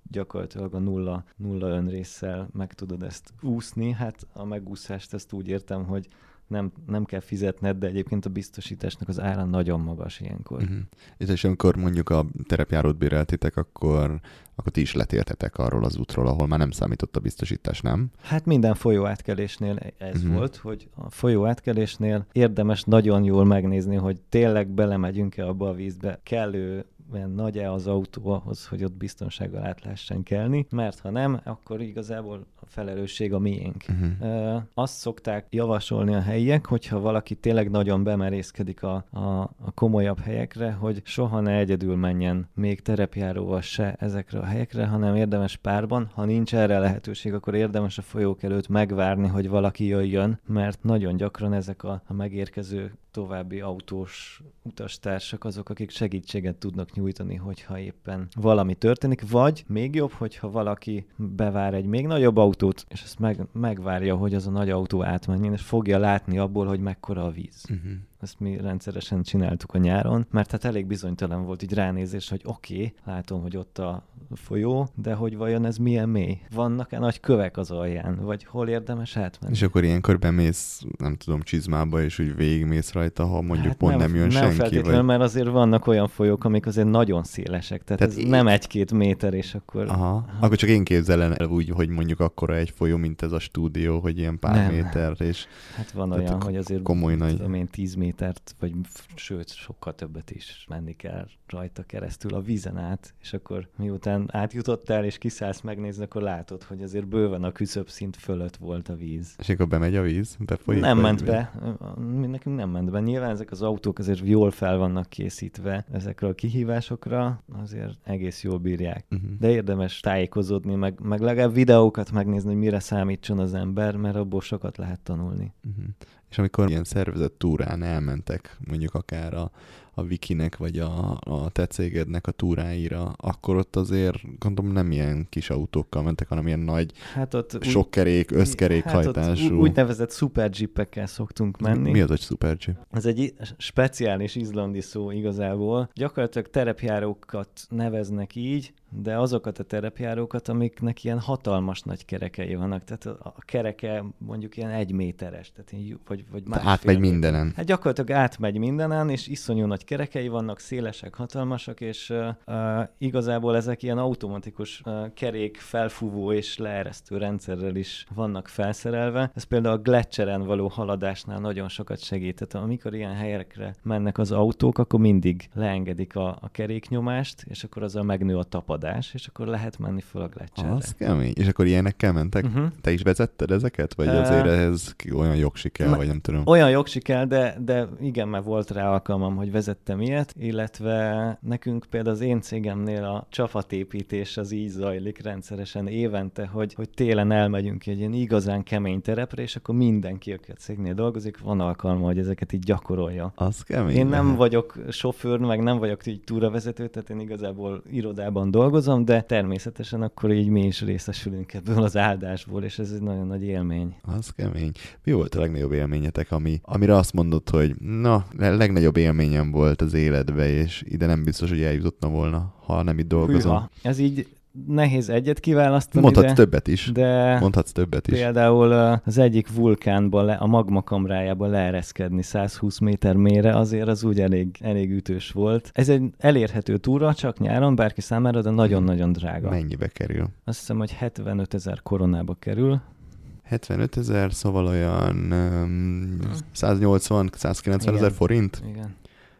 gyakorlatilag a nulla, nulla önrésszel meg tudod ezt úszni. Hát a megúszást ezt úgy értem, hogy nem, nem kell fizetned, de egyébként a biztosításnak az ára nagyon magas ilyenkor. Uh-huh. És amikor mondjuk a terepjárót béreltétek, akkor, akkor ti is letértetek arról az útról, ahol már nem számított a biztosítás, nem? Hát minden folyóátkelésnél ez uh-huh. volt, hogy a folyóátkelésnél érdemes nagyon jól megnézni, hogy tényleg belemegyünk-e abba a vízbe, kellő nagy-e az autó ahhoz, hogy ott biztonsággal át lehessen kelni, mert ha nem, akkor igazából a felelősség a miénk. Uh-huh. Azt szokták javasolni a helyiek, hogyha valaki tényleg nagyon bemerészkedik a, a, a komolyabb helyekre, hogy soha ne egyedül menjen még terepjáróval se ezekre a helyekre, hanem érdemes párban. Ha nincs erre lehetőség, akkor érdemes a folyók előtt megvárni, hogy valaki jöjjön, mert nagyon gyakran ezek a, a megérkező további autós utastársak azok, akik segítséget tudnak nyújtani, hogyha éppen valami történik, vagy még jobb, hogyha valaki bevár egy még nagyobb autót, és ezt meg, megvárja, hogy az a nagy autó átmenjen, és fogja látni abból, hogy mekkora a víz. Uh-huh. Ezt mi rendszeresen csináltuk a nyáron, mert hát elég bizonytalan volt így ránézés, hogy oké, okay, látom, hogy ott a folyó, de hogy vajon ez milyen mély? Vannak-e nagy kövek az alján? Vagy hol érdemes átmenni? És akkor ilyenkor bemész, nem tudom, csizmába, és úgy végigmész rajta, ha mondjuk hát pont nem, nem jön nem senki? Nem feltétlenül, vagy... mert azért vannak olyan folyók, amik azért nagyon szélesek, tehát, tehát ez én... nem egy-két méter, és akkor... Aha, ha... akkor csak én képzelem el úgy, hogy mondjuk akkora egy folyó, mint ez a stúdió, hogy ilyen pár nem. méter, és... Hát van olyan, hogy azért komoly nagy... tudom én tíz métert, vagy sőt, sokkal többet is menni kell rajta keresztül a vízen át, és akkor miután átjutottál, és kiszállsz megnézni, akkor látod, hogy azért bőven a küszöbszint fölött volt a víz. És akkor bemegy a víz? Befolyik? Nem ment be. Nekünk nem ment be. Nyilván ezek az autók azért jól fel vannak készítve ezekről a kihívásokra, azért egész jól bírják. Uh-huh. De érdemes tájékozódni, meg, meg legalább videókat megnézni, hogy mire számítson az ember, mert abból sokat lehet tanulni. Uh-huh. És amikor ilyen szervezett túrán elmentek, mondjuk akár a, a Wikinek, vagy a, a te cégednek a túráira, akkor ott azért gondolom nem ilyen kis autókkal mentek, hanem ilyen nagy hát ott sokkerék, összkerékhajtású. Hát úgynevezett szuperjeepekkel szoktunk menni. Mi az, hogy szuperjeep? Ez egy speciális izlandi szó igazából. Gyakorlatilag terepjárókat neveznek így, de azokat a terepjárókat, amiknek ilyen hatalmas nagy kerekei vannak. Tehát a kereke mondjuk ilyen egy méteres. Tehát vagy, vagy átmegy mindenen. Hát gyakorlatilag átmegy mindenen, és iszonyú nagy kerekei vannak, szélesek, hatalmasak, és uh, uh, igazából ezek ilyen automatikus uh, kerék felfúvó és leeresztő rendszerrel is vannak felszerelve. Ez például a gletscheren való haladásnál nagyon sokat segít. Tehát amikor ilyen helyekre mennek az autók, akkor mindig leengedik a, a keréknyomást, és akkor azzal megnő a tapadás, és akkor lehet menni föl a gletschere. Az kemény. És akkor ilyenekkel mentek? Uh-huh. Te is vezetted ezeket? Vagy azért ehhez olyan jogsi kell, Ma, vagy nem tudom? Olyan jogsi kell, de, de igen, mert volt rá alkalmam, hogy vezettem ilyet, illetve nekünk például az én cégemnél a csapatépítés az így zajlik rendszeresen évente, hogy, hogy télen elmegyünk egy ilyen igazán kemény terepre, és akkor mindenki, aki a cégnél dolgozik, van alkalma, hogy ezeket így gyakorolja. Az kemény. Én nem vagyok sofőr, meg nem vagyok így túravezető, tehát én igazából irodában dolgozom, de természetesen akkor így mi is részesülünk ebből az áldásból, és ez egy nagyon nagy élmény. Az kemény. Mi volt a legnagyobb élményetek, ami, amire azt mondod, hogy na, a legnagyobb élményem volt az életbe, és ide nem biztos, hogy eljutottam volna, ha nem itt dolgozom. Hűha. Ez így nehéz egyet kiválasztani. Mondhatsz de, többet is. De Mondhatsz többet is. Például az egyik vulkánban, a magmakamrájában leereszkedni százhúsz méter mélyre, azért az úgy elég, elég ütős volt. Ez egy elérhető túra, csak nyáron, bárki számára, de nagyon-nagyon drága. Mennyibe kerül? Azt hiszem, hogy hetvenöt ezer koronába kerül. hetvenöt ezer, szóval olyan um, száznyolcvan-százkilencven ezer forint? Igen.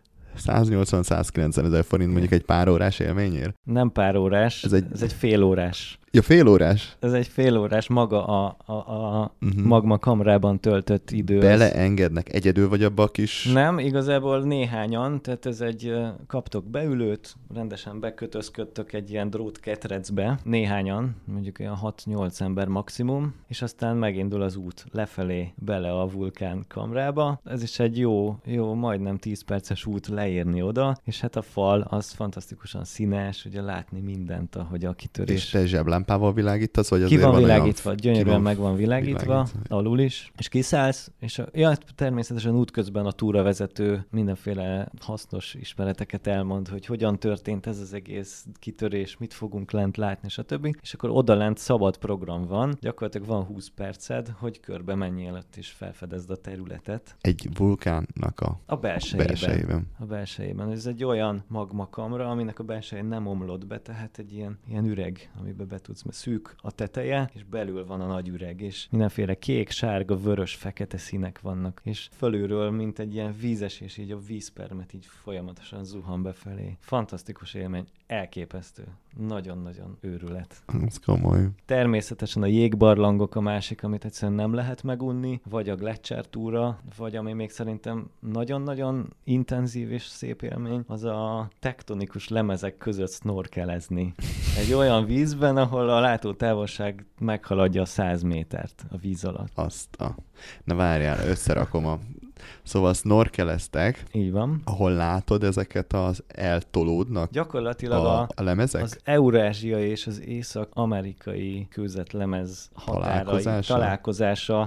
száznyolcvan-százkilencven ezer forint mondjuk egy pár órás élményért? Nem pár órás, ez egy, ez egy fél órás. Ja, fél órás? Ez egy fél órás maga a, a, a uh-huh. magma kamrában töltött idő. Beleengednek? Egyedül vagy abba a kis... Nem, igazából néhányan, tehát ez egy, kaptok beülőt, rendesen bekötözködtök egy ilyen drótketrecbe, néhányan, mondjuk olyan hat-nyolc ember maximum, és aztán megindul az út lefelé bele a vulkán kamrába. Ez is egy jó, jó, majdnem tíz perces út leérni oda, és hát a fal az fantasztikusan színes, ugye látni mindent, ahogy a kitörés. És te zseblámpát lámpával világítasz, vagy Ki azért van van világítva, olyan... gyönyörűen van meg van világítva, világítva, alul is, és kiszállsz, és a, ja, természetesen útközben a túravezető mindenféle hasznos ismereteket elmond, hogy hogyan történt ez az egész kitörés, mit fogunk lent látni, stb. És akkor oda lent szabad program van, gyakorlatilag van húsz perced, hogy körbe menjél ott és felfedezd a területet. Egy vulkánnak a, a belsejében. belsejében. A belsejében. Ez egy olyan magmakamra, aminek a belsején nem omlott be, tehát egy ilyen, ilyen üreg, amiben be tudsz, mert szűk a teteje, és belül van a nagy üreg, és mindenféle kék, sárga, vörös, fekete színek vannak, és fölülről, mint egy ilyen vízes, és így a vízpermet így folyamatosan zuhan befelé. Fantasztikus élmény, elképesztő. Nagyon-nagyon őrület. Ez komoly. Természetesen a jégbarlangok a másik, amit egyszerűen nem lehet megunni, vagy a Gletscher túra, vagy ami még szerintem nagyon-nagyon intenzív és szép élmény, az a tektonikus lemezek között snorkelezni. Egy olyan vízben, ahol a látótávolság meghaladja a száz métert a víz alatt. Azt a... Na várjál, összerakom a... Szóval snorkeleztek. Így van. Ahol látod ezeket az eltolódnak Gyakorlatilag a, a, a lemezek? Az eurázsiai és az észak-amerikai kőzetlemez határai, találkozása, találkozása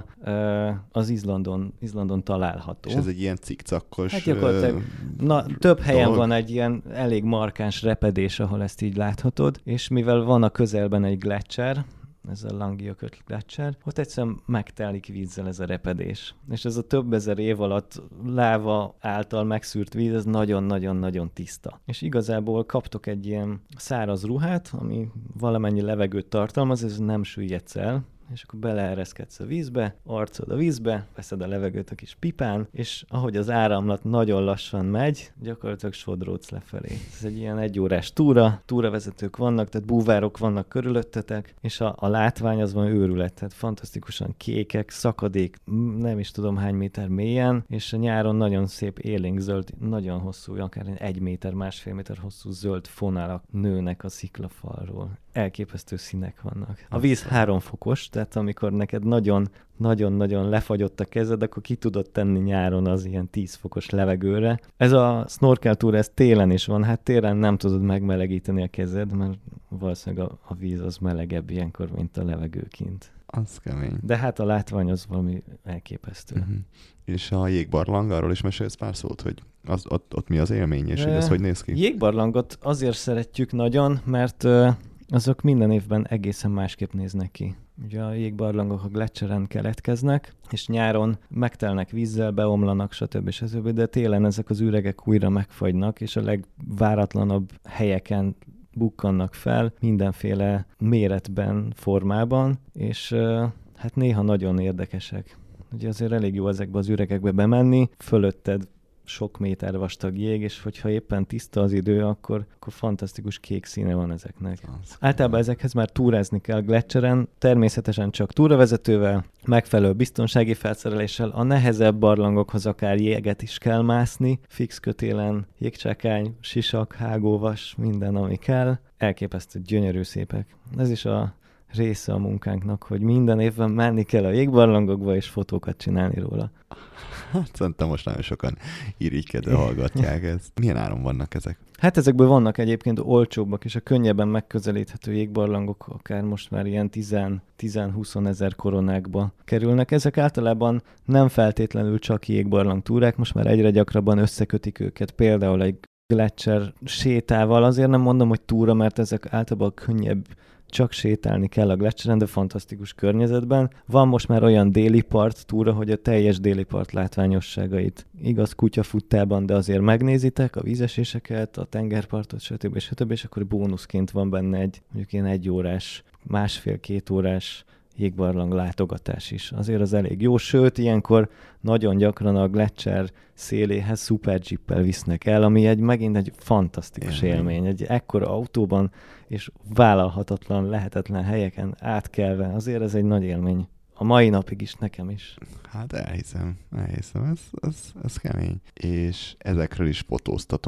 az Izlandon, Izlandon található. És ez egy ilyen cikcakkos... Hát gyakorlatilag na, több helyen dolog. van egy ilyen elég markáns repedés, ahol ezt így láthatod, és mivel van a közelben egy Gletscher, ez a Langjökull Gletscher, ott egyszerűen megtelik vízzel ez a repedés. És ez a több ezer év alatt láva által megszűrt víz, ez nagyon-nagyon-nagyon tiszta. És igazából kaptok egy ilyen száraz ruhát, ami valamennyi levegőt tartalmaz, ez nem süllyedsz el, és akkor beleereszkedsz a vízbe, arcod a vízbe, veszed a levegőt a kis pipán, és ahogy az áramlat nagyon lassan megy, gyakorlatilag sodródsz lefelé. Ez egy ilyen egyórás túra, túravezetők vannak, tehát búvárok vannak körülöttetek, és a, a látvány az van őrület, tehát fantasztikusan kékek, szakadék, nem is tudom hány méter mélyen, és a nyáron nagyon szép élénk zöld, nagyon hosszú, akár egy méter, másfél méter hosszú zöld fonálak nőnek a sziklafalról. Elképesztő színek vannak. A víz három fokos, tehát amikor neked nagyon, nagyon-nagyon lefagyott a kezed, akkor ki tudod tenni nyáron az ilyen tíz fokos levegőre. Ez a snorkel túra, ez télen is van, hát télen nem tudod megmelegíteni a kezed, mert valószínűleg a, a víz az melegebb ilyenkor, mint a levegő kint. Az kemény. De hát a látvány az valami elképesztő. Uh-huh. És a jégbarlang, arról is mesélsz pár szót, hogy az, ott, ott mi az élmény, és e, hogy ez hogy néz ki? Jégbarlangot azért szeretjük nagyon, mert uh, azok minden évben egészen másképp néznek ki. Ugye a jégbarlangok a Gletscheren keletkeznek, és nyáron megtelnek vízzel, beomlanak, stb. stb. De télen ezek az üregek újra megfagynak, és a legváratlanabb helyeken bukkannak fel, mindenféle méretben, formában, és uh, hát néha nagyon érdekesek. Ugye azért elég jó ezekbe az üregekbe bemenni, fölötted sok méter vastag jég, és hogyha éppen tiszta az idő, akkor, akkor fantasztikus kék színe van ezeknek. Az Általában ezekhez már túrázni kell Gletscheren, természetesen csak túravezetővel, megfelelő biztonsági felszereléssel, a nehezebb barlangokhoz akár jéget is kell mászni, fix kötélen, jégcsákány, sisak, hágóvas, minden, ami kell. Elképesztő, gyönyörű szépek. Ez is a része a munkánknak, hogy minden évben menni kell a jégbarlangokba, és fotókat csinálni róla. Hát szerintem most nagyon sokan irigykedve hallgatják ezt. Milyen áron vannak ezek? Hát ezekből vannak egyébként olcsóbbak, és a könnyebben megközelíthető jégbarlangok akár most már ilyen tíz-húsz ezer koronákba kerülnek. Ezek általában nem feltétlenül csak jégbarlang túrák, most már egyre gyakrabban összekötik őket, például egy Gletscher sétával. Azért nem mondom, hogy túra, mert ezek általában könnyebb, csak sétálni kell a Gletscheren, de fantasztikus környezetben. Van most már olyan déli part túra, hogy a teljes déli part látványosságait, igaz kutyafuttában, de azért megnézitek a vízeséseket, a tengerpartot, stb. stb. És akkor bónuszként van benne egy mondjuk ilyen egy órás, másfél-két órás jégbarlang látogatás is. Azért az elég jó, sőt, ilyenkor nagyon gyakran a Gletscher széléhez szuperjeeppel visznek el, ami egy megint egy fantasztikus élmény. Egy ekkora autóban és vállalhatatlan, lehetetlen helyeken átkelve. Azért ez egy nagy élmény. A mai napig is, nekem is. Hát elhiszem, elhiszem, ez, ez, ez kemény. És ezekről is fotóztatok,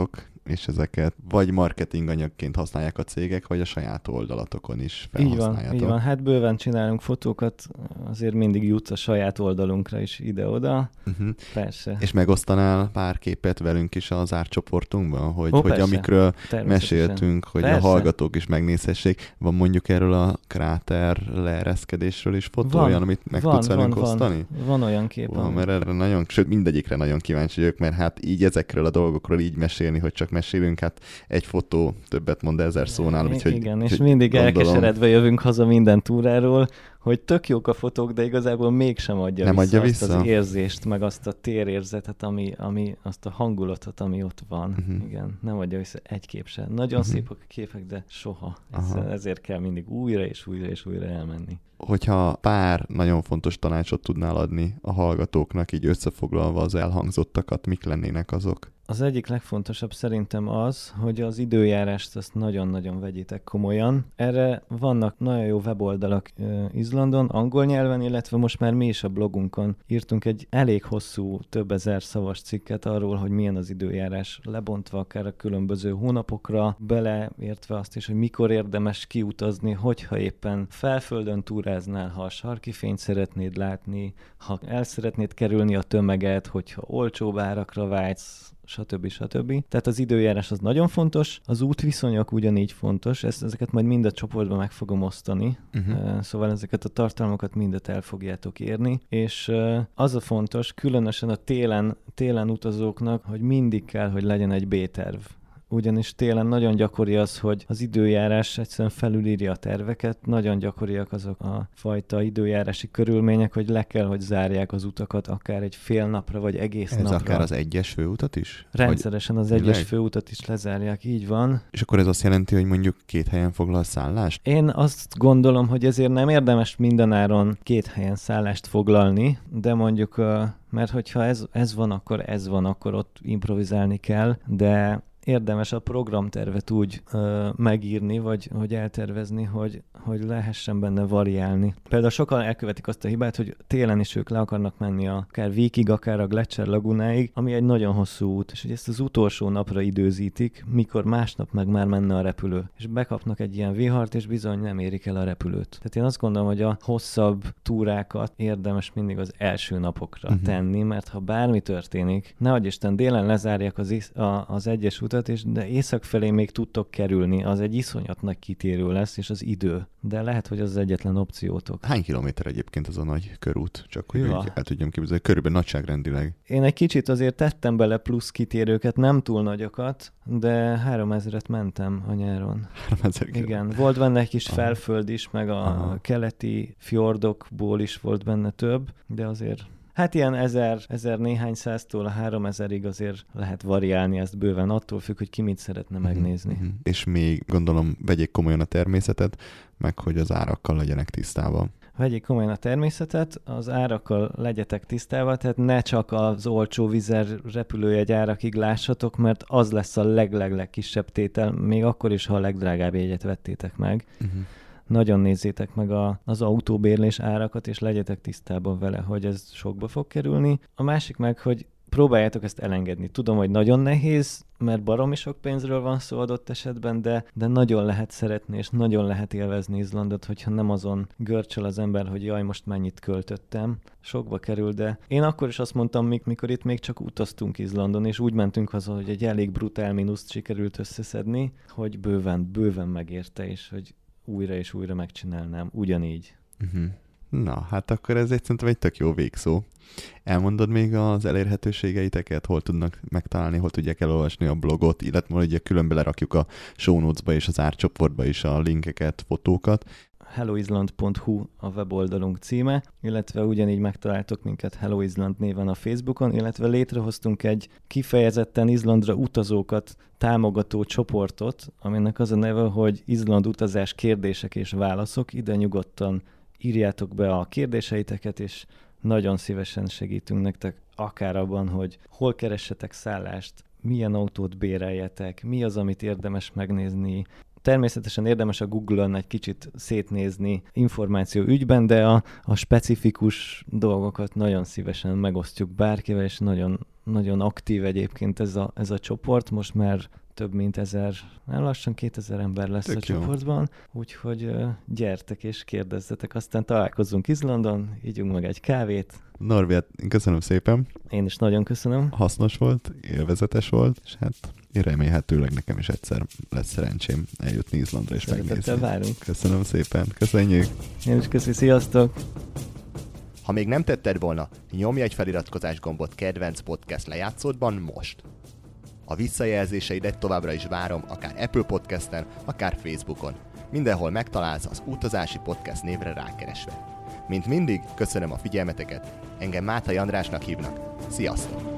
és ezeket vagy marketing anyagként használják a cégek, vagy a saját oldalatokon is felhasználjátok. Így van, így van. Hát bőven csinálunk fotókat, azért mindig jutsz a saját oldalunkra is ide-oda. Uh-huh. Persze. És megosztanál pár képet velünk is az árcsoportunkban, hogy, Ó, hogy amikről meséltünk, hogy persze. A hallgatók is megnézhessék. Van mondjuk erről a kráter leereszkedésről is fotó, van, olyan, amit meg van, tudsz velünk van, osztani? Van, van olyan kép. Van, mert erre nagyon, sőt mindegyikre nagyon kíváncsi vagyok, mert hát így ezekről a dolgokról így mesélni, hogy csak mesélünk, hát egy fotó többet mond ezer szónál. Úgyhogy, igen, és mindig gondolom, elkeseredve jövünk haza minden túráról, hogy tök jók a fotók, de igazából mégsem adja Nem vissza, adja azt vissza az érzést, meg azt a térérzetet, ami, ami azt a hangulatot, ami ott van. Uh-huh. Igen, nem adja vissza egy kép sem. Nagyon uh-huh. szépek a képek, de soha. Ezzel, ezért kell mindig újra és újra és újra elmenni. Hogyha pár nagyon fontos tanácsot tudnál adni a hallgatóknak, így összefoglalva az elhangzottakat, mik lennének azok? Az egyik legfontosabb szerintem az, hogy az időjárást azt nagyon-nagyon vegyétek komolyan. Erre vannak nagyon jó weboldalak uh, Izlandon, angol nyelven, illetve most már mi is a blogunkon írtunk egy elég hosszú, több ezer szavas cikket arról, hogy milyen az időjárás, lebontva akár a különböző hónapokra, beleértve azt is, hogy mikor érdemes kiutazni, hogyha éppen felföldön túráznál, ha a sarki fényt szeretnéd látni, ha el szeretnéd kerülni a tömeget, hogyha olcsóbb árakra vágysz, stb. stb. Tehát az időjárás az nagyon fontos, az útviszonyok ugyanígy fontos, ezt, ezeket majd mind a csoportban meg fogom osztani, uh-huh. szóval ezeket a tartalmakat mindet el fogjátok érni, és az a fontos, különösen a télen, télen utazóknak, hogy mindig kell, hogy legyen egy B-terv. Ugyanis télen nagyon gyakori az, hogy az időjárás egyszerűen felülírja a terveket, nagyon gyakoriak azok a fajta időjárási körülmények, hogy le kell, hogy zárják az utakat akár egy fél napra, vagy egész Ez napra. Ez akár az egyes főutat is? Rendszeresen az egyes Leg... főutat is lezárják, így van. És akkor ez azt jelenti, hogy mondjuk két helyen foglal szállást? Én azt gondolom, hogy ezért nem érdemes mindenáron két helyen szállást foglalni, de mondjuk, mert hogyha ez, ez van, akkor ez van, akkor ott improvizálni kell, de érdemes a programtervet úgy ö, megírni, vagy hogy eltervezni, hogy, hogy lehessen benne variálni. Például sokan elkövetik azt a hibát, hogy télen is ők le akarnak menni a, akár Víkig, akár a Gletscher Lagunáig, ami egy nagyon hosszú út, és hogy ezt az utolsó napra időzítik, mikor másnap meg már menne a repülő. És bekapnak egy ilyen vihart, és bizony nem érik el a repülőt. Tehát én azt gondolom, hogy a hosszabb túrákat érdemes mindig az első napokra uh-huh. tenni, mert ha bármi történik, nehogy Isten délen lezárják az, is, a, az egyes utat, és de észak felé még tudtok kerülni, az egy iszonyat nagy kitérő lesz, és az idő. De lehet, hogy az, az egyetlen opciótok. Hány kilométer egyébként az a nagy körút? Csak hogy úgy el tudjam képzelni, körülbelül nagyságrendileg. Én egy kicsit azért tettem bele plusz kitérőket, nem túl nagyokat, de háromezret mentem a nyáron. háromezer Igen, volt benne egy kis Aha. felföld is, meg a Aha. keleti fjordokból is volt benne több, de azért... Hát ilyen ezer, ezer néhány száztól a háromezerig azért lehet variálni ezt bőven, attól függ, hogy ki mit szeretne megnézni. Mm-hmm. És még gondolom vegyék komolyan a természetet, meg hogy az árakkal legyenek tisztában. Vegyék komolyan a természetet, az árakkal legyetek tisztában, tehát ne csak az olcsó vízer repülőjegy árakig lássatok, mert az lesz a leg-leg-legkisebb tétel, még akkor is, ha a legdrágább jegyet vettétek meg. Uh-huh. Nagyon nézzétek meg a, az autóbérlés árakat, és legyetek tisztában vele, hogy ez sokba fog kerülni. A másik meg, hogy próbáljátok ezt elengedni. Tudom, hogy nagyon nehéz, mert baromi sok pénzről van szó adott esetben, de, de nagyon lehet szeretni, és nagyon lehet élvezni Izlandot, hogyha nem azon görcsöl az ember, hogy jaj, most mennyit költöttem. Sokba kerül, de én akkor is azt mondtam, mikor itt még csak utaztunk Izlandon, és úgy mentünk haza, hogy egy elég brutál mínuszt sikerült összeszedni, hogy bőven, bőven megérte, és hogy újra és újra megcsinálnám, ugyanígy. Uh-huh. Na, hát akkor ez egy szerintem egy tök jó végszó. Elmondod még az elérhetőségeiteket, hol tudnak megtalálni, hol tudják elolvasni a blogot, illetve ugye külön belerakjuk a show notes-ba és az árcsoportba is a linkeket, fotókat. helloisland pont hu a weboldalunk címe, illetve ugyanígy megtaláltok minket Hello Island néven a Facebookon, illetve létrehoztunk egy kifejezetten Izlandra utazókat támogató csoportot, aminek az a neve, hogy Izland utazás kérdések és válaszok. Ide nyugodtan írjátok be a kérdéseiteket, és nagyon szívesen segítünk nektek akár abban, hogy hol keressetek szállást, milyen autót béreljetek, mi az, amit érdemes megnézni. Természetesen érdemes a Google-on egy kicsit szétnézni információ ügyben, de a, a specifikus dolgokat nagyon szívesen megosztjuk bárkivel, és nagyon, nagyon aktív egyébként ez a, ez a csoport. Most már több mint ezer, nem lassan kétezer ember lesz Tök a jó. csoportban, úgyhogy uh, gyertek és kérdezzetek, aztán találkozzunk Izlandon, ígyunk meg egy kávét. Norbi, köszönöm szépen. Én is nagyon köszönöm. Hasznos volt, élvezetes volt, és hát én remélhetőleg nekem is egyszer lesz szerencsém eljutni Izlandra és megnézni. Várunk. Köszönöm szépen, köszönjük. Én is köszi, sziasztok. Ha még nem tetted volna, nyomj egy feliratkozás gombot kedvenc podcast lejátszódban most. A visszajelzéseidet továbbra is várom, akár Apple Podcasten, akár Facebookon. Mindenhol megtalálsz az Utazási Podcast névre rákeresve. Mint mindig, köszönöm a figyelmeteket, engem Mátai Andrásnak hívnak. Sziasztok!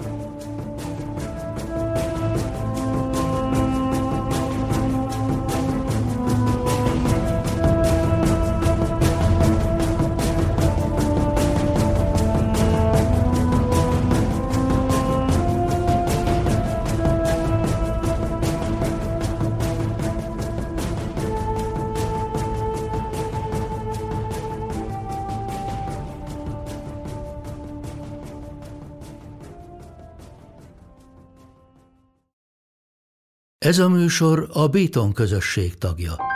Ez a műsor a Béton közösség tagja.